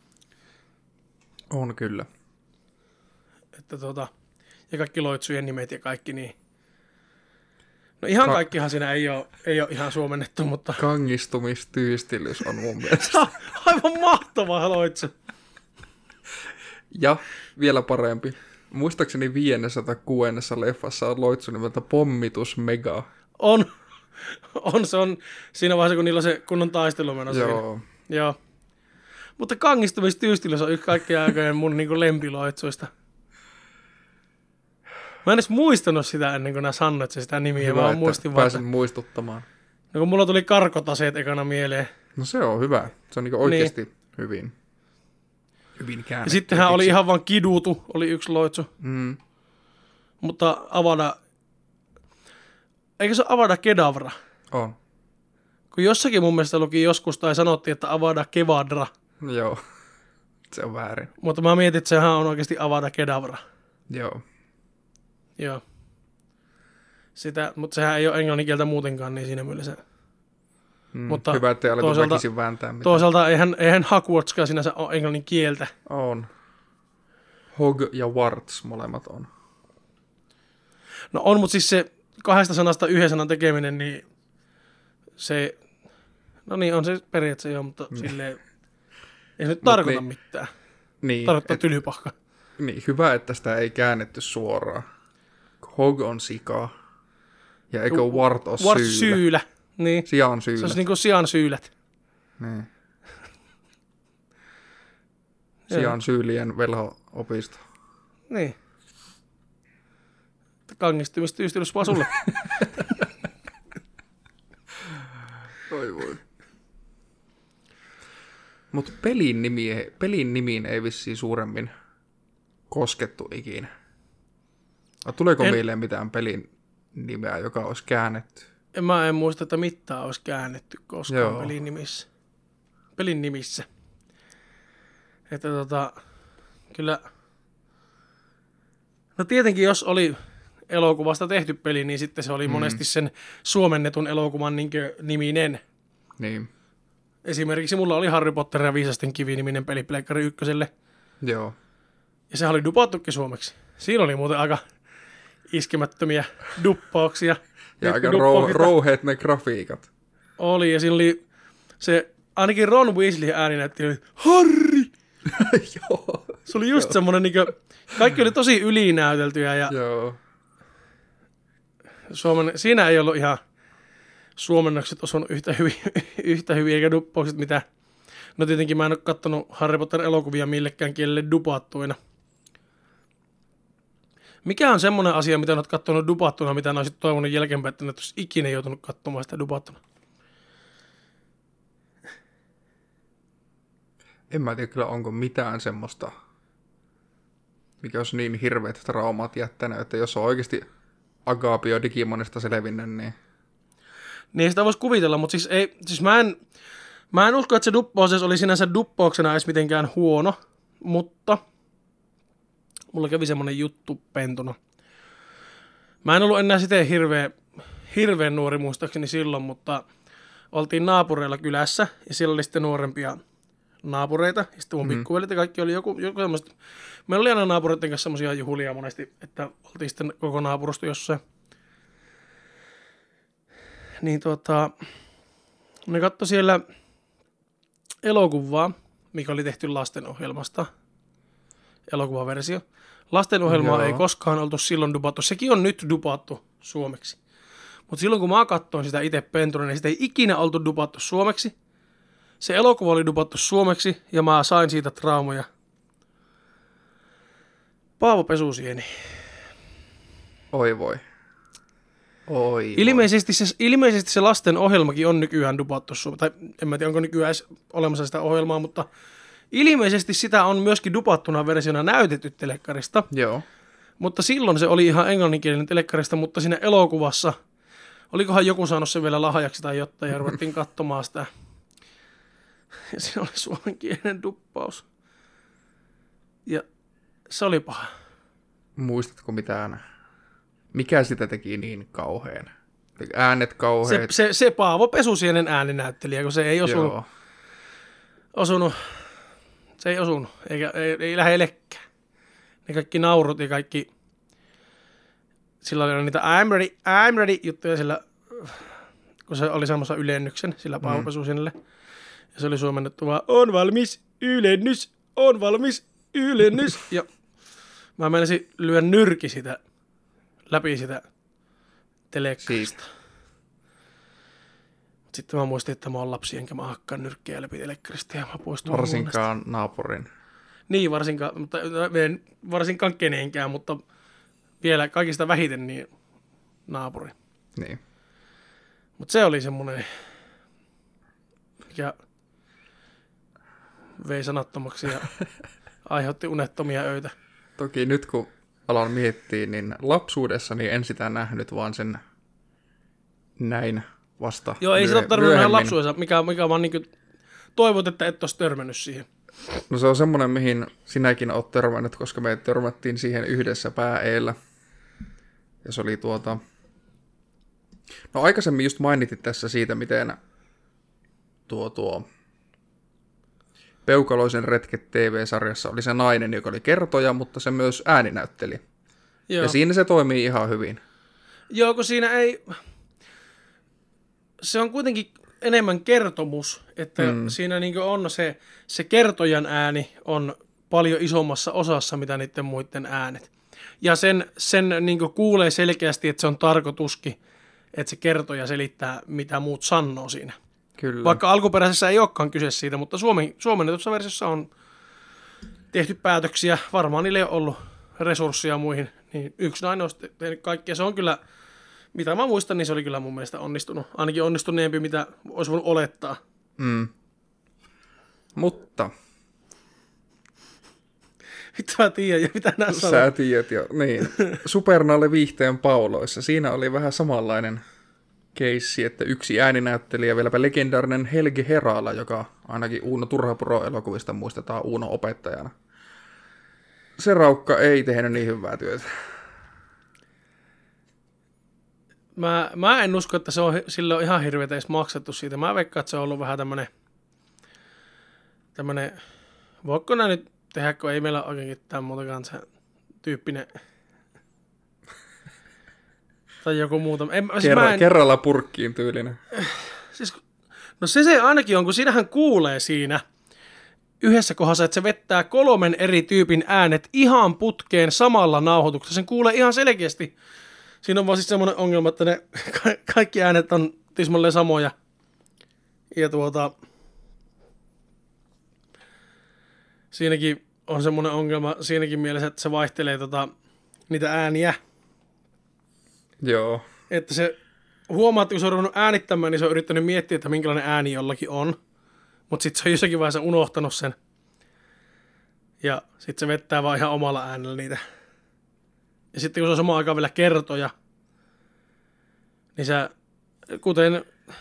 On kyllä. Että ja kaikki loitsujen nimet ja kaikki niin. No ihan kaikkihan siinä ei ole ihan suomennettu, mutta... Kangistumistyystillys on mun mielestä. Aivan mahtava loitsu. Ja vielä parempi. Muistaakseni 506 leffassa on loitsu nimeltä Pommitus Mega. On. Se on siinä vaiheessa, kun niillä on se kunnon taistelu menossa. Joo. Mutta kangistumistyystillys on yksi kaikkien aikojen mun niin kuin lempiloitsuista. Mä en edes muistanut sitä ennen kuin nää sanoit sitä nimiä. Hyvä, mä muistin pääsin muistuttamaan. No kun mulla tuli karkotaseet ekana mieleen. No se on hyvä. Se on niin oikeasti hyvin käännetty. Ja sittenhän oli ihan vaan Kidutu, oli yksi loitsu. Mutta eikö se ole Avada Kedavra? On. Kun jossakin mun mielestä luki joskus tai sanottiin, että Avada Kevadra. Joo, se on väärin. Mutta mä mietin, että sehän on oikeasti Avada Kedavra. Joo. Mutta sehän ei ole englannin kieltä muutenkaan, niin siinä mielessä. Mutta hyvä, ettei aletu väkisin vääntää mitään. Toisaalta eihän Hogwartskaan sinänsä ole englannin kieltä. On. Hog ja Warts molemmat on. No on, mutta siis se 2 sanasta 1 sanan tekeminen, niin se... No niin, on se periaatteessa joo, mutta silleen... Ei se nyt tarkoita mitään. Niin. Tarkoittaa tylypahka. Niin, hyvä, että sitä ei käännetty suoraan. Hog on sika. Ja eikö Wart ole syylä? Niin. Sian syylät. Se olisi niin kuin sian syylät. Niin. Sian syylien velho-opisto. Niin. Kangistumistyystylys vaan sulle. Voi. Mutta pelin nimiin ei vissiin suuremmin koskettu ikinä. Tuleeko mieleen mitään pelin nimeä, joka olisi käännetty? Mä en muista, että mitään olisi käännetty koskaan pelin nimissä. Että kyllä... No tietenkin, jos oli elokuvasta tehty peli, niin sitten se oli monesti sen suomennetun elokuvan niminen. Niin. Esimerkiksi mulla oli Harry Potter ja Viisasten kivi-niminen peli Pleikkari 1:lle. Joo. Ja sehän oli dupattukin suomeksi. Siinä oli muuten aika iskemättömiä duppauksia. Ja aika rouheet ne grafiikat. Oli, ja siinä oli se, ainakin Ron Weasley ääninäytti, oli Harry! Joo. Se oli just semmoinen, niin kuin, kaikki oli tosi ylinäyteltyjä. Ja joo. Siinä ei ollut ihan suomennokset osunut yhtä hyviä eikä duppaukset mitä. No tietenkin mä en ole kattonut Harry Potter-elokuvia millekään kielelle dupattuina. Mikä on semmoinen asia, mitä olet kattonut dupattuna, mitä olisit toivonut jälkeenpäin, että et olisi ikinä joutunut katsomaan sitä dupattuna? En mä tiedä kyllä, onko mitään semmoista, mikä olisi niin hirveät traumat jättänyt, että jos on oikeasti Agapio Digimonista selvinnyt, niin Niin sitä voisi kuvitella, mutta siis mä en usko, että se duppaus oli sinänsä duppauksena edes mitenkään huono, mutta mulla kävi semmonen juttu pentuna. Mä en ollut enää siten hirveän nuori muistaakseni silloin, mutta oltiin naapureilla kylässä ja siellä oli sitten nuorempia naapureita. Ja sitten mun pikkuvelit ja kaikki oli joku semmoista. Meillä oli aina naapureiden kanssa semmoisia juhlia monesti, että oltiin sitten koko naapurusto jossain. Niin ne katsoi siellä elokuvaa, mikä oli tehty lastenohjelmasta. Elokuvaversio. Lastenohjelmaa ei koskaan oltu silloin dupattu. Sekin on nyt dupattu suomeksi. Mutta silloin kun mä katsoin sitä itse pentuna, niin sitä ei ikinä oltu dupattu suomeksi. Se elokuva oli dupattu suomeksi ja mä sain siitä traumoja. Paavo Pesusieni. Oi voi. Ilmeisesti se lasten ohjelmakin on nykyään dupattu suomeksi. Tai en mä tiedä, onko nykyään edes olemassa sitä ohjelmaa, mutta ilmeisesti sitä on myöskin dupattuna versiona näytetty telekkarista. Joo. Mutta silloin se oli ihan englanninkielinen telekkarista, mutta siinä elokuvassa, olikohan joku saanut sen vielä lahjaksi tai jotain, ja ruvettiin katsomaan sitä. Ja siinä oli suomenkielinen duppaus. Ja se oli paha. Muistatko mitään? Mikä sitä teki niin kauhean? Äänet kauheat. Se Paavo Pesusienen ääninäyttelijä, kun se ei osunut. Se ei osunut, eikä ei lähellekään. Ne kaikki naurut ja kaikki, sillä oli niitä I'm ready juttuja sillä, kun se oli semmoisen ylennyksen sillä Paavo Pesusienelle. Ja se oli suomennettu vaan, on valmis ylennys. Ja mä menisin lyödä nyrki sitä, läpi sitä telekkarista. Sitten mä muistin, että mä oon lapsi, enkä mä hakkaan nyrkkiä läpi telekkarista ja mä poistun. Varsinkaan naapurin. Niin, varsinkaan kenenkään, mutta vielä kaikista vähiten niin naapuri. Niin. Mutta se oli semmoinen, mikä vei sanattomaksi ja aiheutti unettomia öitä. Toki nyt kun alan miettiä, niin lapsuudessani en sitä nähnyt, vaan sen näin vasta. Joo, ei sitä tarvinnut nähdä lapsuudessa, mikä vaan niin toivot, että et olisi törmännyt siihen. No se on semmoinen, mihin sinäkin oot törmännyt, koska me törmättiin siihen yhdessä pääeellä. Ja se oli No aikaisemmin just mainitit tässä siitä, miten tuo Peukaloisen retket TV-sarjassa oli se nainen, joka oli kertoja, mutta se myös ääninäytteli. Joo. Ja siinä se toimii ihan hyvin. Joo, kun siinä ei... Se on kuitenkin enemmän kertomus, että siinä niin on se kertojan ääni on paljon isommassa osassa, mitä niiden muiden äänet. Ja sen niin kuulee selkeästi, että se on tarkoituskin, että se kertoja selittää, mitä muut sanoo siinä. Kyllä. Vaikka alkuperäisessä ei olekaan kyse siitä, mutta suomennetussa versiossa on tehty päätöksiä. Varmaan niille ei ole ollut resursseja muihin. Niin yksi nainen on tehnyt kaikkea. Se on kyllä, mitä mä muistan, niin se oli kyllä mun mielestä onnistunut. Ainakin onnistuneempi, mitä olisi voinut olettaa. Mutta... Vittu mä tiedän jo, mitä nää sanoo. Sä tiedät jo, niin. Supernalle viihteen pauloissa. Siinä oli vähän samanlainen keissi, että yksi ääninäyttelijä, vieläpä legendaarinen Helge Herala, joka ainakin Uuno Turhapuro-elokuvista muistetaan Uuno opettajana. Se raukka ei tehnyt niin hyvää työtä. Mä en usko, että sille on ihan hirveätä edes maksettu siitä. Mä veikkaan, että se on ollut vähän tämmönen voiko nää nyt tehdä, kun ei meillä oikein mitään muutakaan se tyyppinen tai joku muuta. Kerralla purkkiin tyylinen. Siis, no se ainakin on, kun siinähän kuulee siinä yhdessä kohdassa, että se vettää 3 eri tyypin äänet ihan putkeen samalla nauhoituksessa. Sen kuulee ihan selkeästi. Siinä on vaan siis semmoinen ongelma, että ne kaikki äänet on tismalleen samoja. Ja siinäkin on semmoinen ongelma siinäkin mielessä, että se vaihtelee niitä ääniä. Joo. Että se huomaa, että kun se on ruvennut äänittämään, niin se on yrittänyt miettiä, että minkälainen ääni jollakin on. Mutta sitten se on jossakin vaiheessa unohtanut sen. Ja sitten se vettää vaan ihan omalla äänellä niitä. Ja sitten kun se on samaan aikaan vielä kertoja, niin kuten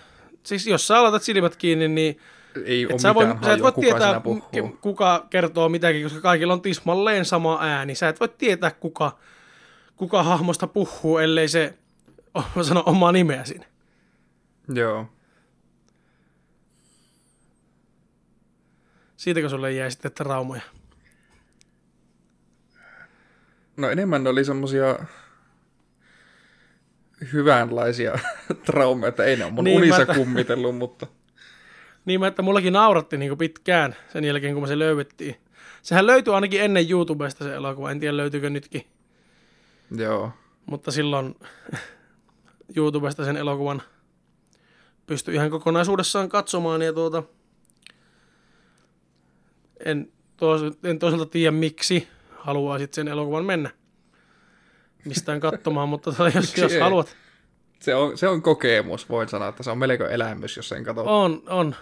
siis jos sä laitat silmät kiinni, niin ei ole mitään sä et voi tietää, kuka kertoo mitäkin, koska kaikilla on tismalleen sama ääni. Sä et voi tietää, kuka hahmosta puhuu, ellei se sano omaa nimeä siinä. Joo. Siitäkö sulle jäi sitten traumoja? No enemmän ne oli semmosia hyvänlaisia traumeja, että ei ne ole mun unissa kummitellut, mutta... Niin, että mullakin nauratti niin pitkään sen jälkeen, kun me se löydettiin. Sehän löytyi ainakin ennen YouTubesta se elokuva, en tiedä löytyykö nytkin. Joo. Mutta silloin YouTubesta sen elokuvan pystyi ihan kokonaisuudessaan katsomaan ja en toisaalta tiedä miksi haluaisit sen elokuvan mennä mistään katsomaan, mutta jos haluat. Se on kokemus, voin sanoa, että se on melko elämys, jos sen katsoo. On.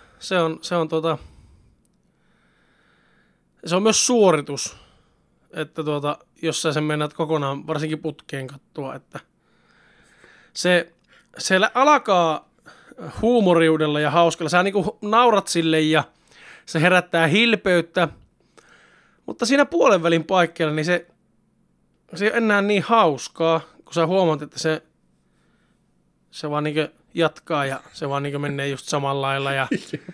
Se on myös suoritus, että jos sä sen mennät kokonaan, varsinkin putkeen katsoa, että se alkaa huumoriudella ja hauskalla. Sä niinku naurat sille ja se herättää hilpeyttä, mutta siinä puolen välin paikkeilla niin se ei ole enää niin hauskaa, kun sä huomaat, että se vaan niinku jatkaa ja se vaan niinku menee just samalla lailla ja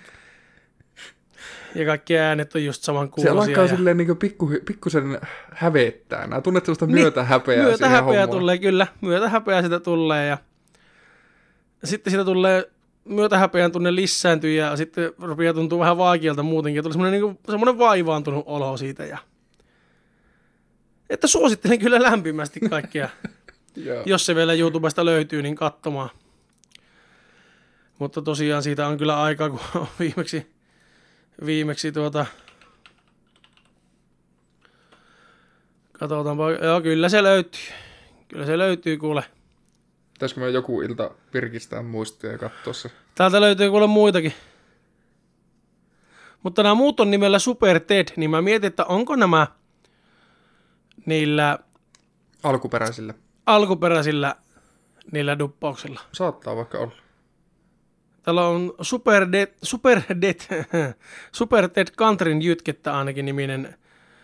kaikki äänet on just saman kuulosia. Se alkaa silleen niinku pikkusen hävettää. Nää tunnet sellaista myötähäpeää siihen hommaan. Myötähäpeää tulee, kyllä. Myötähäpeää sitä tulee ja sitten siitä tulee myötähäpeän tunne lisääntyy ja sitten rupeaa tuntua vähän vaikealta muutenkin. Tulee semmoinen vaivaantunut olo siitä. Että suosittelen kyllä lämpimästi kaikkia. Jos se vielä YouTubesta löytyy, niin katsomaan. Mutta tosiaan siitä on kyllä aikaa, kun on viimeksi katsotaanpa. Joo, kyllä se löytyy. Kyllä se löytyy, kuule. Pitäisikö me joku ilta virkistää muistia ja katsoa se? Täältä löytyy kuule muitakin. Mutta nämä muut on nimellä Super Ted, niin mä mietin, että onko nämä niillä alkuperäisillä niillä duppauksilla. Saattaa vaikka olla. Täällä on Super Ted Countryn jytkettä ainakin niminen.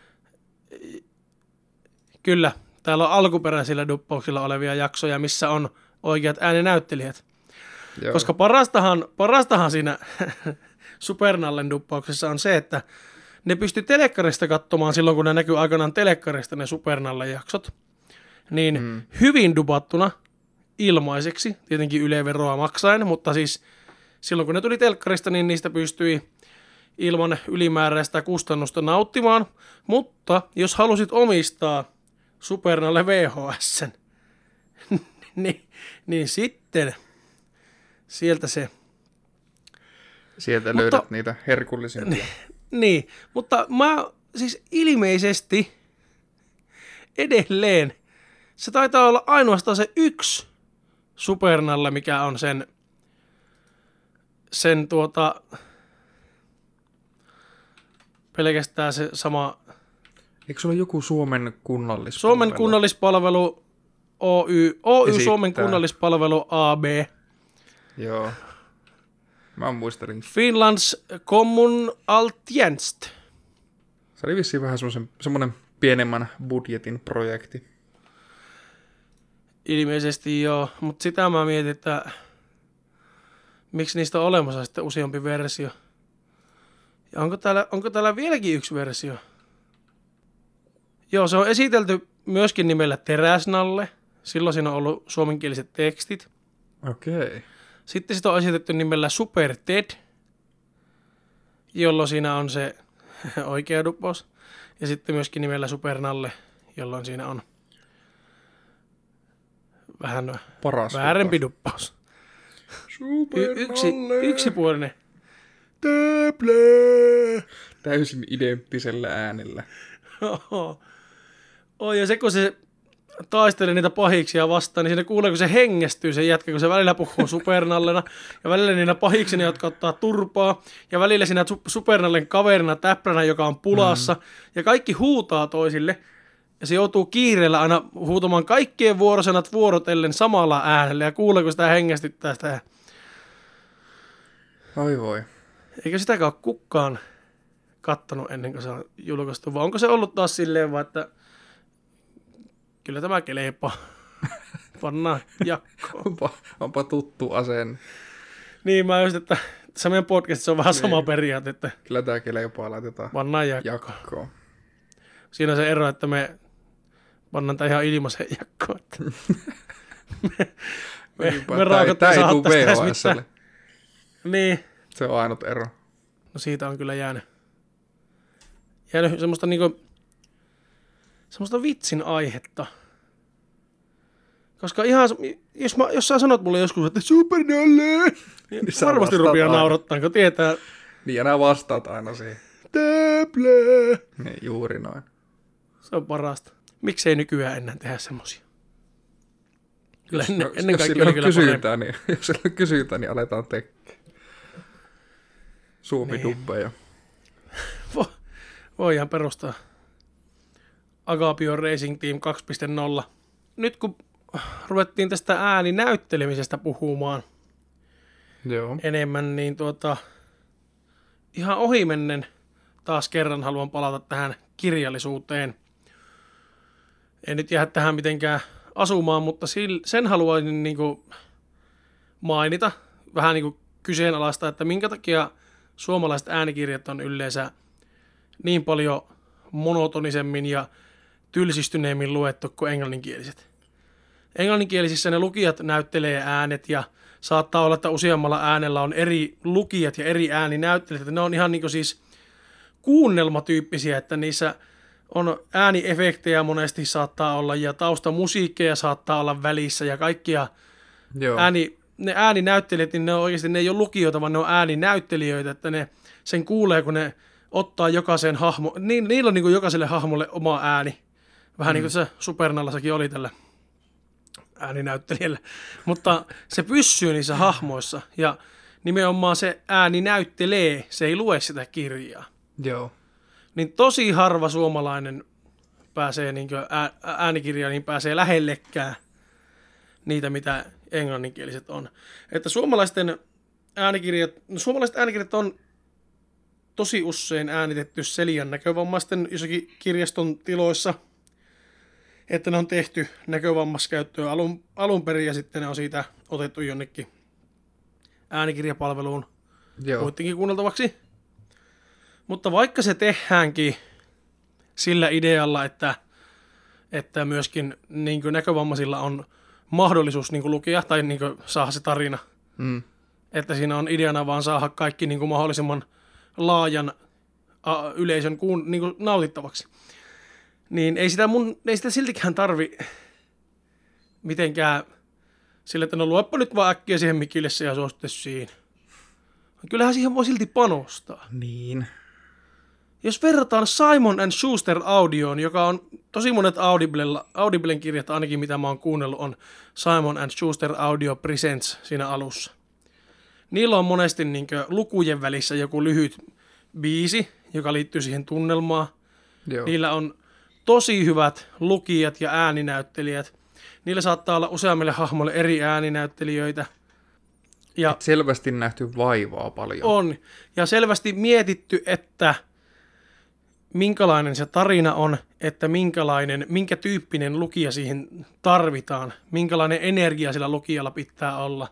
Kyllä, täällä on alkuperäisillä duppauksilla olevia jaksoja, missä on oikeat ääninäyttelijät. Joo. Koska parastahan siinä Supernallen duppauksessa on se, että ne pystyi telekkarista katsomaan silloin, kun ne näkyy aikanaan telekkarista ne Supernallen jaksot. Niin hyvin dubattuna ilmaiseksi, tietenkin Yle-veroa maksaen, mutta siis silloin kun ne tuli telkkarista, niin niistä pystyi ilman ylimääräistä kustannusta nauttimaan. Mutta jos halusit omistaa Supernalle VHS:n, niin sitten sieltä se... Sieltä löydät niitä herkullisimpia. Niin, mutta mä siis ilmeisesti edelleen se taitaa olla ainoastaan se yksi Supernalle, mikä on sen pelkästään se sama... Eikö se ole joku Suomen kunnallispalvelu? Suomen kunnallispalvelu Oy Suomen kunnallispalvelu AB. Joo. Mä muistelin. Finlands Kommunaltjänst. Se oli vissiin vähän semmoinen pienemmän budjetin projekti. Ilmeisesti joo, mutta sitä mä mietin, että miksi niistä on olemassa sitten useampi versio. Ja onko täällä vieläkin yksi versio? Joo, se on esitelty myöskin nimellä Teräsnalle. Silloin siinä on ollut suomenkieliset tekstit. Okei. Sitten sitä on esitetty nimellä Super Ted, jolloin siinä on se oikea duppaus. Ja sitten myöskin nimellä Supernalle, jolloin siinä on vähän väärempi duppaus. Yksipuolinen. Täplä! Täysin identtisellä äänellä. Ja se kun se taistelee niitä pahiksia vastaan, niin siinä kuulee, kun se hengästyy se jätkä, kun se välillä puhuu Supernallena, ja välillä niinä pahiksina, jotka ottaa turpaa, ja välillä siinä Supernallen kaverina Täplänä, joka on pulassa, ja kaikki huutaa toisille, ja se joutuu kiireellä aina huutamaan kaikkien vuorosanat vuorotellen samalla äänellä, ja kuulee, kun sitä hengästyttää sitä. Oi voi. Eikä sitäkään ole kukaan kattonut ennen kuin se on julkaistu, vai onko se ollut taas silleen vaan, että kyllä tämä kelepaa. Pannaan jakkoon. Onpa tuttu asenne. Niin, mä just, että tässä meidän podcastissa on vähän sama periaate, että kyllä tämä kelepaa laitetaan pannaan jakkoon. Siinä on se ero, että me pannaan tämä ihan ilmaisen jakkoon. me tämä ei tule VHSlle. Niin. Se on ainut ero. No siitä on kyllä jäänyt semmoista semmoista vitsin aihetta. Koska ihan, jos sä sanot mulle joskus, että Supernalle, niin varmasti rupeaa naurattaa, kun tietää. Niin, ja nää vastaat aina siihen. Täplä. Niin, juuri noin. Se on parasta. Miksei nykyään enää tehdä semmosia? Kyllä ennen jos kaikkea oli kyllä kysyntää, niin, jos sillä on kysyntää, niin aletaan tekemään Suomi-dubbeja. Voidaan perustaa Agapio Racing Team 2.0. Nyt kun ruvettiin tästä ääninäyttelemisestä puhumaan enemmän, niin ihan ohimennen taas kerran haluan palata tähän kirjallisuuteen. En nyt jää tähän mitenkään asumaan, mutta sen haluaisin mainita, vähän kyseenalaista, että minkä takia suomalaiset äänikirjat on yleensä niin paljon monotonisemmin ja tylsistyneemmin luettu kuin englanninkieliset. Englanninkielisissä ne lukijat näyttelee äänet ja saattaa olla, että useammalla äänellä on eri lukijat ja eri ääninäyttelijät. Ne on ihan siis kuunnelmatyyppisiä, että niissä on ääniefektejä monesti saattaa olla ja taustamusiikkeja saattaa olla välissä ja kaikkia ne ääninäyttelijät, niin ne on oikeasti ne ei ole lukijoita, vaan ne on ääninäyttelijöitä, että ne sen kuulee, kun ne ottaa jokaisen niillä on jokaiselle hahmolle oma ääni. Vähän niin kuin se Supernallassakin oli tällä ääninäyttelijällä. Mutta se pysyy niissä hahmoissa ja nimenomaan se ääni näyttelee, se ei lue sitä kirjaa. Joo. Niin tosi harva suomalainen pääsee äänikirjaan, niin pääsee lähellekään niitä, mitä englanninkieliset on. Että suomalaiset äänikirjat on tosi usein äänitetty Celian näkövammaisten jossakin kirjaston tiloissa, että ne on tehty näkövammaiskäyttöön alun perin ja sitten ne on siitä otettu jonnekin äänikirjapalveluun muittenkin kuunneltavaksi. Mutta vaikka se tehdäänkin sillä idealla, että myöskin näkövammaisilla on mahdollisuus lukea tai saada se tarina, että siinä on ideana vaan saada kaikki mahdollisimman laajan yleisön nautittavaksi. Niin ei sitä siltikään tarvi mitenkään sillä, että no luoppa nyt vaan äkkiä siihen mikille se ja suositte siinä. Kyllähän siihen voi silti panostaa. Niin. Jos verrataan Simon & Schuster audioon, joka on tosi monet Audiblen kirjat ainakin mitä mä oon kuunnellut on Simon & Schuster Audio Presents siinä alussa. Niillä on monesti lukujen välissä joku lyhyt biisi, joka liittyy siihen tunnelmaan. Joo. Niillä on tosi hyvät lukijat ja ääninäyttelijät. Niillä saattaa olla useammille hahmoille eri ääninäyttelijöitä. Ja selvästi nähty vaivaa paljon. On. Ja selvästi mietitty, että minkälainen se tarina on, että minkä tyyppinen lukija siihen tarvitaan, minkälainen energia sillä lukijalla pitää olla.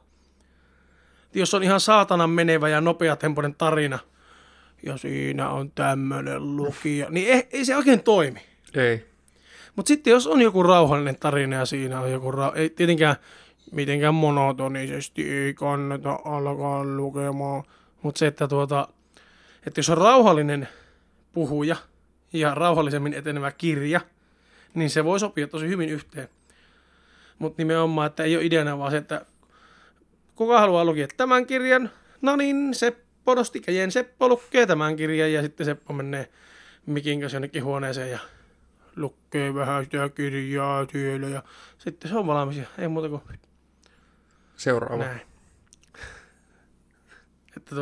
Jos on ihan saatanan menevä ja nopeatempoinen tarina, ja siinä on tämmöinen lukija, niin ei se oikein toimi. Ei. Mutta sitten jos on joku rauhallinen tarina ja siinä on joku ei tietenkään mitenkään monotonisesti ei kannata alkaa lukemaan. Mutta se, että jos on rauhallinen puhuja ja rauhallisemmin etenevä kirja, niin se voi sopia tosi hyvin yhteen. Mutta nimenomaan, että ei ole ideana vaan se, että kuka haluaa lukea tämän kirjan, no niin, Seppo nosti käjen, Seppo lukee tämän kirjan ja sitten Seppo menee mikin kanssa jonnekin huoneeseen ja lukee vähän sitä kirjaa siellä ja sitten se on valmis ja ei muuta kuin seuraava. Näin. Että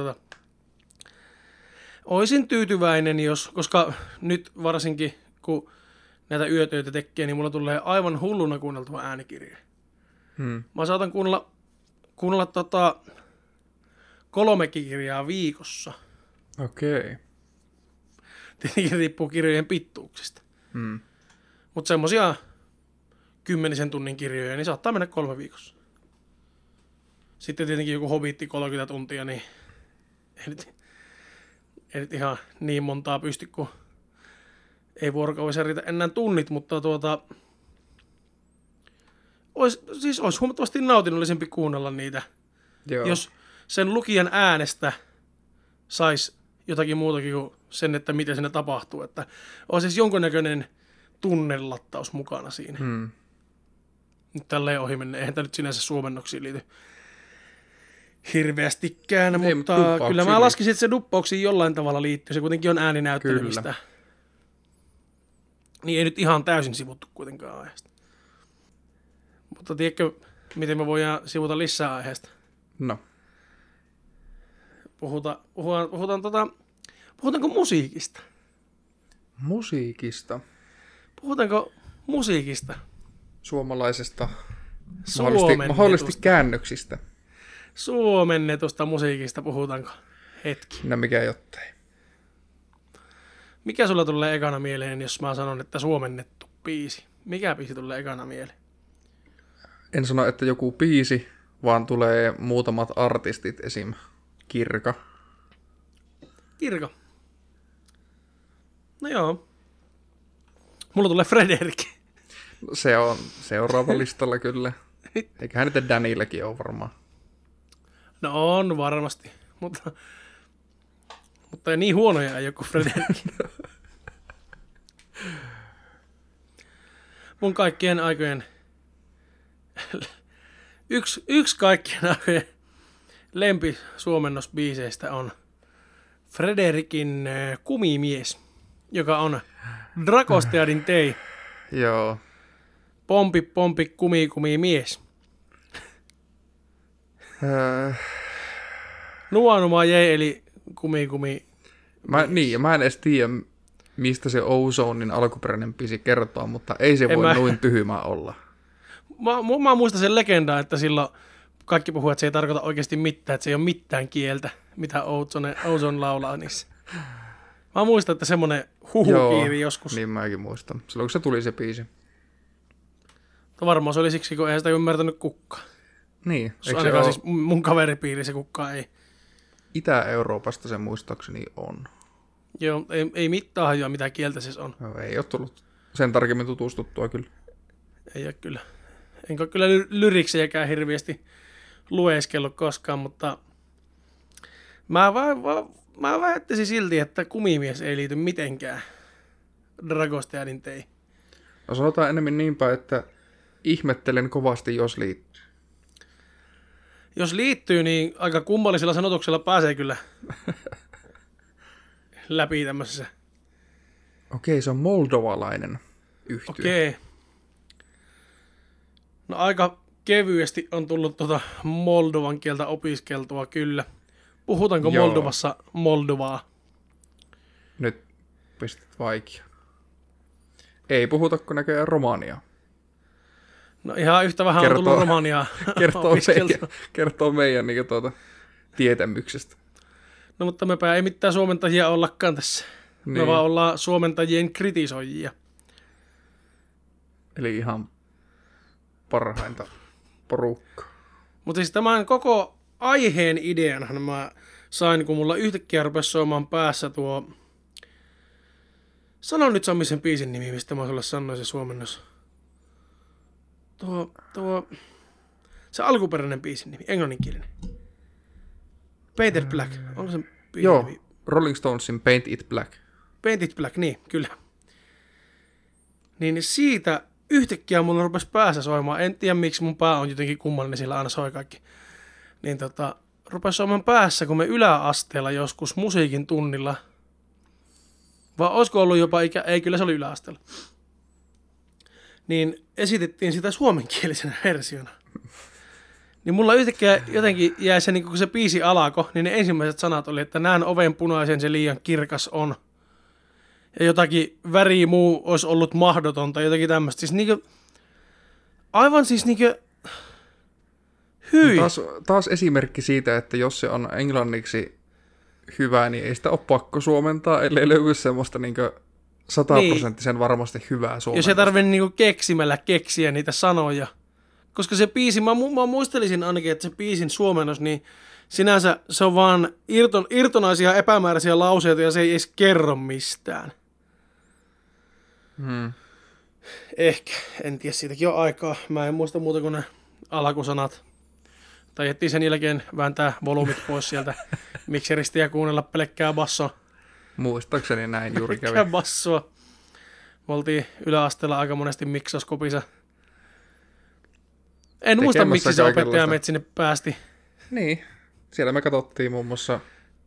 oisin tyytyväinen, koska nyt varsinkin kun näitä yötöitä tekee, niin mulla tulee aivan hulluna kuunneltua äänikirjaa. Mä saatan kuunnella 3 kirjaa viikossa. Okei. Tietenkin riippuu kirjojen pituuksista. Mutta semmosia 10 tunnin kirjoja, niin saattaa mennä 3 viikossa. Sitten tietenkin joku Hobbitti 30 tuntia, niin ei nyt ihan niin montaa pysty, kun ei vuorokaudessa riitä enää tunnit, mutta olisi huomattavasti nautinnollisempi kuunnella niitä, jos sen lukijan äänestä saisi jotakin muutakin kuin sen, että miten siinä tapahtuu. Että olisi siis jonkunnäköinen tunnelattaus mukana siinä. Nyt tälleen ohi mennä. Eihän tämä nyt sinänsä suomennoksiin liity hirveästikään, mutta kyllä mä laskisin, että se duppauksiin jollain tavalla liittyy. Se kuitenkin on ääninäyttelemistä. Kyllä. Niin ei nyt ihan täysin sivuttu kuitenkaan aiheesta. Mutta tiedätkö, miten me voidaan sivuta lisää aiheesta? No. Puhutaanko musiikista? Musiikista? Puhutaanko musiikista? Suomalaisesta, mahdollisesti käännöksistä. Suomennetusta musiikista puhutaanko hetki? No mikä jottei. Mikä sulla tulee ekana mieleen, jos mä sanon, että suomennettu biisi? Mikä biisi tulee ekana mieleen? En sano, että joku biisi, vaan tulee muutamat artistit, esim. Kirka. Kirka. No joo. Mulla tulee Frederik. Se on seuraava listalla kyllä. Eiköhän nyt Danilläkin ole varmaan. No on varmasti, mutta niin huonoja ei ole kuin Frederik. Mun kaikkien aikojen yksi kaikkien aikojen lempi-suomennosbiiseistä on Frederikin Kumimies, joka on Dragosteadin tei. Joo. Pompi, pompi, kumi, mies. Numa jei, eli kumi. Mä en edes tiedä, mistä se Ozonein alkuperäinen biisi kertoo, mutta ei se voi noin tyhmä olla. Mä muistan sen legendaa, että silloin kaikki puhuu, että se ei tarkoita oikeasti mitään, että se ei ole mitään kieltä, mitä Ozone laulaa niissä. Mä muistan, että semmoinen huhukiiri joskus. Niin mäkin muistan. Silloin kun se tuli se biisi. Varmaan se oli siksi, kun eihän sitä ymmärtänyt kukaan. Niin. Ainakaan siis mun kaveripiirissä kukaan ei. Itä-Euroopasta se muistaakseni on. Joo, ei mitään hajua, mitä kieltä siis on. No, ei ole tullut sen tarkemmin tutustuttua kyllä. Ei ole kyllä. Enkä ole kyllä lyriksejäkään hirveästi lueskellut koskaan, mutta mä väittäisin silti, että Kumimies ei liity mitenkään Dragosteadin tei. No sanotaan enemmän niinpä, että ihmettelen kovasti, jos liittyy. Jos liittyy, niin aika kummallisella sanotuksella pääsee kyllä läpi tämmöisessä. Okei, se on moldovalainen yhtye. Okei. No aika kevyesti on tullut moldovan kieltä opiskeltua kyllä. Puhutaanko Moldovassa Moldovaa? Nyt pistit vaikea. Ei puhuta, kun näköjään romaniaa. No ihan yhtä vähän on tullut romaniaa kertoo meidän niin tietämyksestä. No mutta mepä ei mitään suomentajia ollakaan tässä. Niin. Me vaan ollaan suomentajien kritisoijia. Eli ihan parhainta porukkaa. Mutta siis tämän koko aiheen ideanhan mä sain, kun mulla yhtäkkiä rupesi soimaan päässä tuo... Sano nyt Sami sen biisin nimi, mistä mä sulle sanoin se suomennos. Se alkuperäinen biisin nimi, englanninkielinen. Painted Black, onko se biisin nimi? Rolling Stonesin Paint It Black. Paint It Black, niin, kyllä. Niin siitä yhtäkkiä mulla rupesi päässä soimaan. En tiedä, miksi mun pää on jotenkin kummallinen, sillä aina soi kaikki. Niin rupesi soimaan päässä, kun me yläasteella joskus musiikin tunnilla. Vai olisiko ollut jopa ei, kyllä se oli yläasteella. Niin esitettiin sitä suomenkielisenä versiona. Niin mulla yhtäkkiä jotenkin jäi se, niin kun se biisi alako, niin ne ensimmäiset sanat oli, että näen oven punaisen, se liian kirkas on. Ja jotakin väri muu olisi ollut mahdotonta, jotakin tämmöistä. Siis niinkö, aivan siis niinkö Hyi! Taas esimerkki siitä, että jos se on englanniksi hyvä, niin ei sitä ole pakko suomentaa, ellei löydy semmoista niinkö 100% varmasti hyvää suomentosta. Jos ei tarvitse niinku keksimällä keksiä niitä sanoja. Koska se biisi, mä muistelisin ainakin, että se biisin suomennos, niin sinänsä se on vaan irtonaisia epämääräisiä lauseita ja se ei edes kerro mistään. Ehkä, en tiedä, siitäkin on aikaa. Mä en muista muuta kuin ne alkusanat. Tai jättiin sen jälkeen vääntää volyymit pois sieltä mikseristä ja kuunnella pelkkää bassoa. Muistaakseni näin juuri kävi. Pelkkää bassoa. Me oltiin yläasteella aika monesti miksauskopissa. En muista, miksi se opettaja meitä sinne päästi. Niin, siellä me katsottiin muun muassa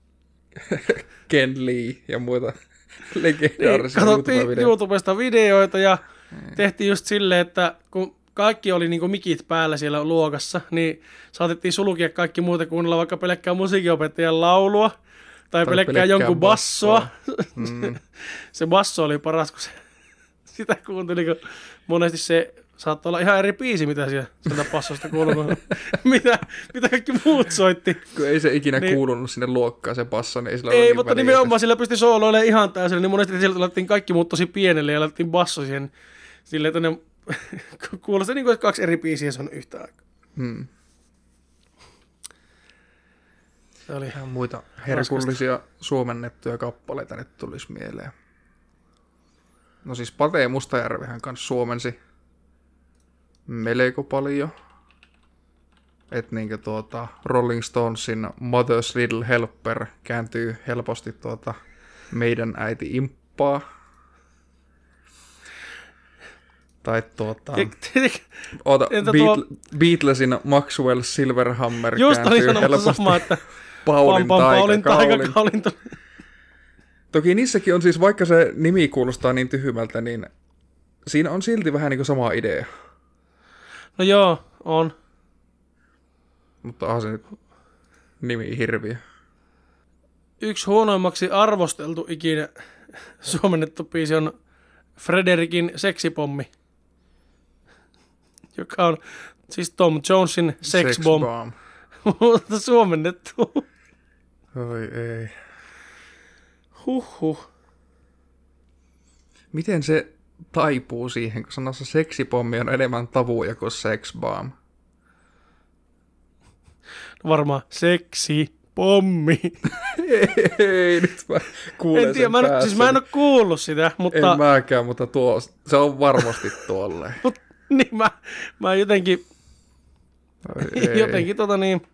Ken Lee ja muita legendaarisia katsottiin YouTubesta videoita ja tehtiin just silleen, että kun kaikki oli niinku mikit päällä siellä luokassa, niin saatettiin sulkia kaikki muuta kuunnella vaikka pelkkää musiikinopettajan laulua tai pelkkää jonkun bassoa. Se basso oli paras, kun sitä kuunteli, kun monesti se saattoi olla ihan eri biisi, mitä sieltä bassosta kuuluu, mitä kaikki muut soitti. Kun ei se ikinä kuulunut sinne luokkaan se basso, niin ei sillä ei, niin mutta nimenomaan sillä pystyi sooloilemaan ihan täysillä, niin monesti sieltä laitettiin kaikki muut tosi pienelle ja laitettiin basso siihen silleen, että ne kuulosti niin kuin kaksi eri biisiä se on yhtä aikaa. Se oli ihan muita herkullisia suomennettuja kappaleita nyt tulisi mieleen. No siis Pate Mustajärvihän kanssa suomensi melko paljon. Että niinkö Rolling Stonesin Mother's Little Helper kääntyy helposti meidän äiti imppaa. Tai Beatlesin Maxwell Silverhammer kääntyy helposti sama, että Paulin taikakaulin. Toki niissäkin on siis, vaikka se nimi kuulostaa niin tyhmältä, niin siinä on silti vähän niin kuin sama idea. No joo, on. Mutta onhan se nyt nimi hirviö. Yksi huonoimmaksi arvosteltu ikinä suomennettu biisi on Frederikin Seksipommi, joka on siis Tom Jonesin Sex Bomb. Mutta suomennettu. Oi ei. Huhhuh. Miten se taipuu siihen, kun sanassa seksipommi on enemmän tavuja kuin sex bomb? No varmaan seksipommi. ei, nyt mä kuulen en tiedä, mä en ole kuullut sitä, mutta... En mäkään, mutta se on varmasti tuolleen. Niin mä jotenkin... jotenkin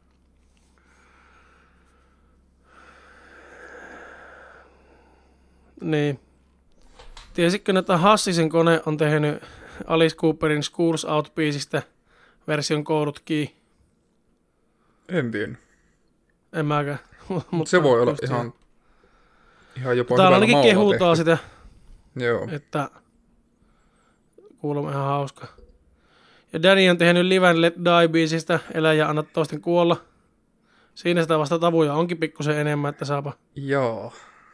Niin. Tiesitkö, että Hassisen kone on tehnyt Alice Cooperin Schools Out-biisistä version Code Key? En tiedä. En mäkään. Mutta se voi olla ihan jopa täällä ainakin kehutaan tehty. sitä, joo. Että kuulemma ihan hauska. Ja Danny on tehnyt Live Let Die-biisistä Elä ja anna toisten kuolla. Siinä sitä vasta tavuja onkin pikkusen enemmän, että saapa. Joo.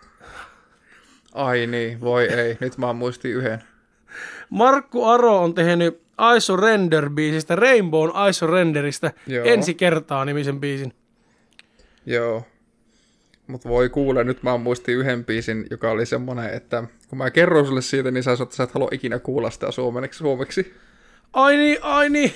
Ai niin, voi ei. Nyt mä muistin yhden. Markku Aro on tehnyt I Surrender-biisistä, Rainbown I Surrenderista ensi kertaa nimisen biisin. Joo. Mut voi kuule, nyt mä muistin yhden biisin, joka oli semmonen, että kun mä kerron sulle siitä, niin sä et halua ikinä kuulla sitä suomeksi. Ai niin.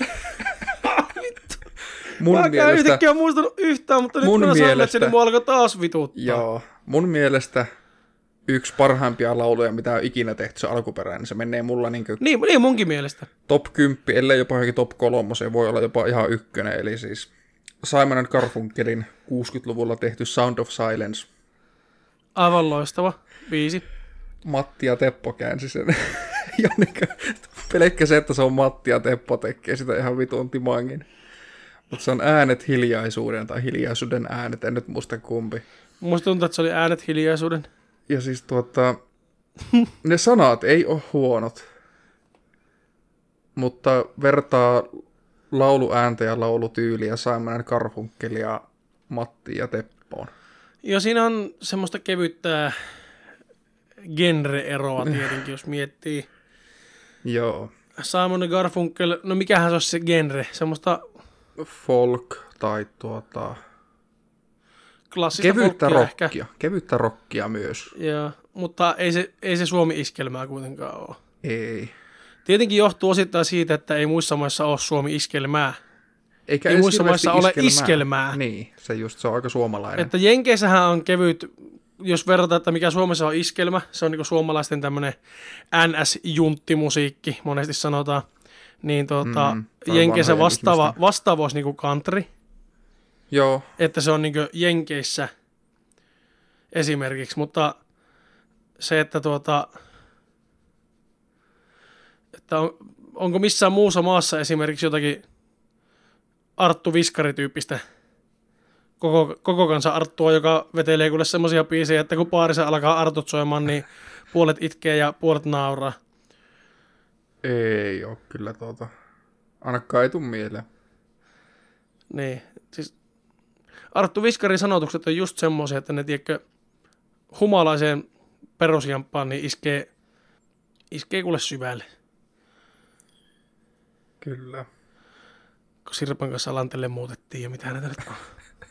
Mä en yhtäkkiä muistanut yhtään, mutta nyt kun sanoin, että se mua alkoi taas vituttaa. Joo, mun mielestä yksi parhaimpia lauluja, mitä on ikinä tehty, se alkuperäinen. Se menee mulla Niin munkin mielestä. Top 10, ellei jopa johonkin top 3, se voi olla jopa ihan ykkönen. Eli siis Simon & Garfunkelin 60-luvulla tehty Sound of Silence. Aivan loistava biisi. Matti ja Teppo käänsi sen. Ja pelkkä se, että se on Matti ja Teppo tekee sitä ihan vitun timangin. Mutta se on äänet hiljaisuuden tai hiljaisuuden äänet, en nyt muista kumpi. Musta tuntuu, että se oli äänet hiljaisuuden. Ja siis ne sanat ei ole huonot, mutta vertaa lauluääntä ja laulutyyliä Simon & Garfunkelia Matti ja Teppoon. Ja siinä on semmoista kevyttää genre-eroa tietenkin, jos miettii. Joo. Simon & Garfunkel, no mikähän se olisi se genre? Semmoista folk tai klassista kevyttä folkkia rockia. Kevyttä rockia myös. Joo, mutta ei se Suomi-iskelmää kuitenkaan ole. Ei. Tietenkin johtuu osittain siitä, että ei muissa maissa ole Suomi-iskelmää. Eikä ei muissa maissa ole iskelmää. Niin, se on aika suomalainen. Että Jenkeissähän on kevyt, jos verrataan, että mikä Suomessa on iskelmä, se on niin suomalaisten tämmöinen NS-junttimusiikki, monesti sanotaan. Niin Jenkeissä vastaava olisi niin country. Joo. Että se on niin Jenkeissä esimerkiksi, mutta se, että onko missään muussa maassa esimerkiksi jotakin Arttu Viskari-tyyppistä koko kansa Arttua, joka vetelee kuule semmoisia biisejä, että kun baarissa alkaa Artut soimaan, niin puolet itkee ja puolet nauraa. Ei ole kyllä ainakaan ei tule mieleen. Niin, siis Arttu Viskarin sanotukset on just semmoisia, että ne tiedätkö humalaiseen perusjamppaan, niin iskee kuule syvälle. Kyllä. Kun Sirpan kanssa Lantelle muutettiin ja mitä näitä nyt on.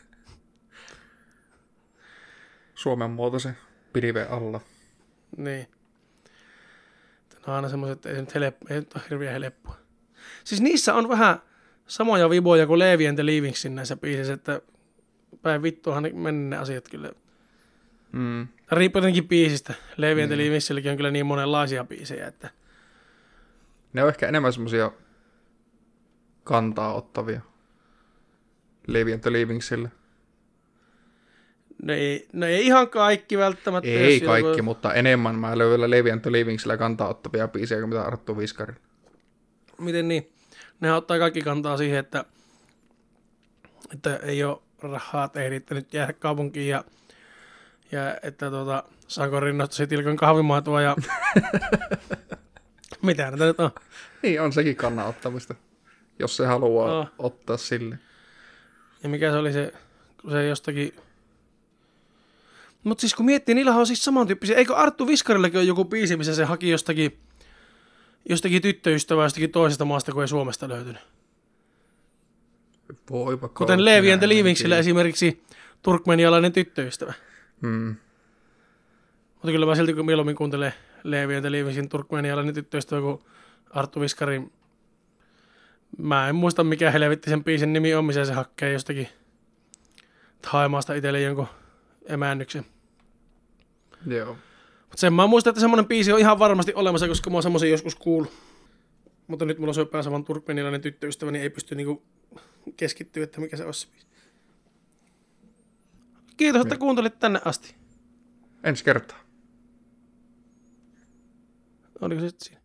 Suomen muotoisen pilven alla. Niin. Nämä on aina semmoiset, että ei nyt ole hirveän helppoa. Siis niissä on vähän samoja viboja kuin Levi and the Leavingsin näissä biisissä, että päin vittuahan ne mennä ne asiat kyllä. Riippuu jotenkin biisistä. Levi and the Leavingsilläkin on kyllä niin monenlaisia biisejä, että ne on ehkä enemmän semmoisia kantaa ottavia. Levi and the Leavingsille. No ei ihan kaikki välttämättä. Ei kaikki, mutta enemmän mä löydän Levi and the Leavingsillä kantaa ottavia biisejä kuin mitä Arttu Viskarilla. Miten niin? Nehän ottaa kaikki kantaa siihen, että ei ole rahaa, että ei riittänyt jäädä kaupunkiin ja että saanko rinnasta Ilkan kahvimaatua ja mitä näitä nyt on. Niin, on sekin kannan ottamista, jos se haluaa ottaa sille. Ja mikä se oli se, kun se jostakin. Mutta siis kun miettii, niillähän on siis samantyyppisiä. Eikö Arttu Viskarillakin ole joku biisi, missä se haki jostakin tyttöystävää jostakin toisesta maasta, kun ei Suomesta löytynyt? Kuten Levi and the Leavingsillä esimerkiksi turkmenialainen tyttöystävä. Mutta kyllä mä silti kun mieluummin kuuntelen Levi and the Leavingsin turkmenialainen tyttöystävä kuin Arttu Viskarin. Mä en muista mikä helvetti sen biisin nimi on, missä se hakkee jostakin Thaimaasta itselle jonkun emännyksen. Joo. Mutta sen mä muistan, että semmoinen biisi on ihan varmasti olemassa, koska mä oon semmoisen joskus kuullut. Mutta nyt mulla on pääsävän turkmenialainen tyttöystävä, niin ei pysty niinku keskittyä, että mikä se olisi se biisi. Kiitos, että kuuntelit tänne asti. Ensi kertaa. Oliko se sitten siinä?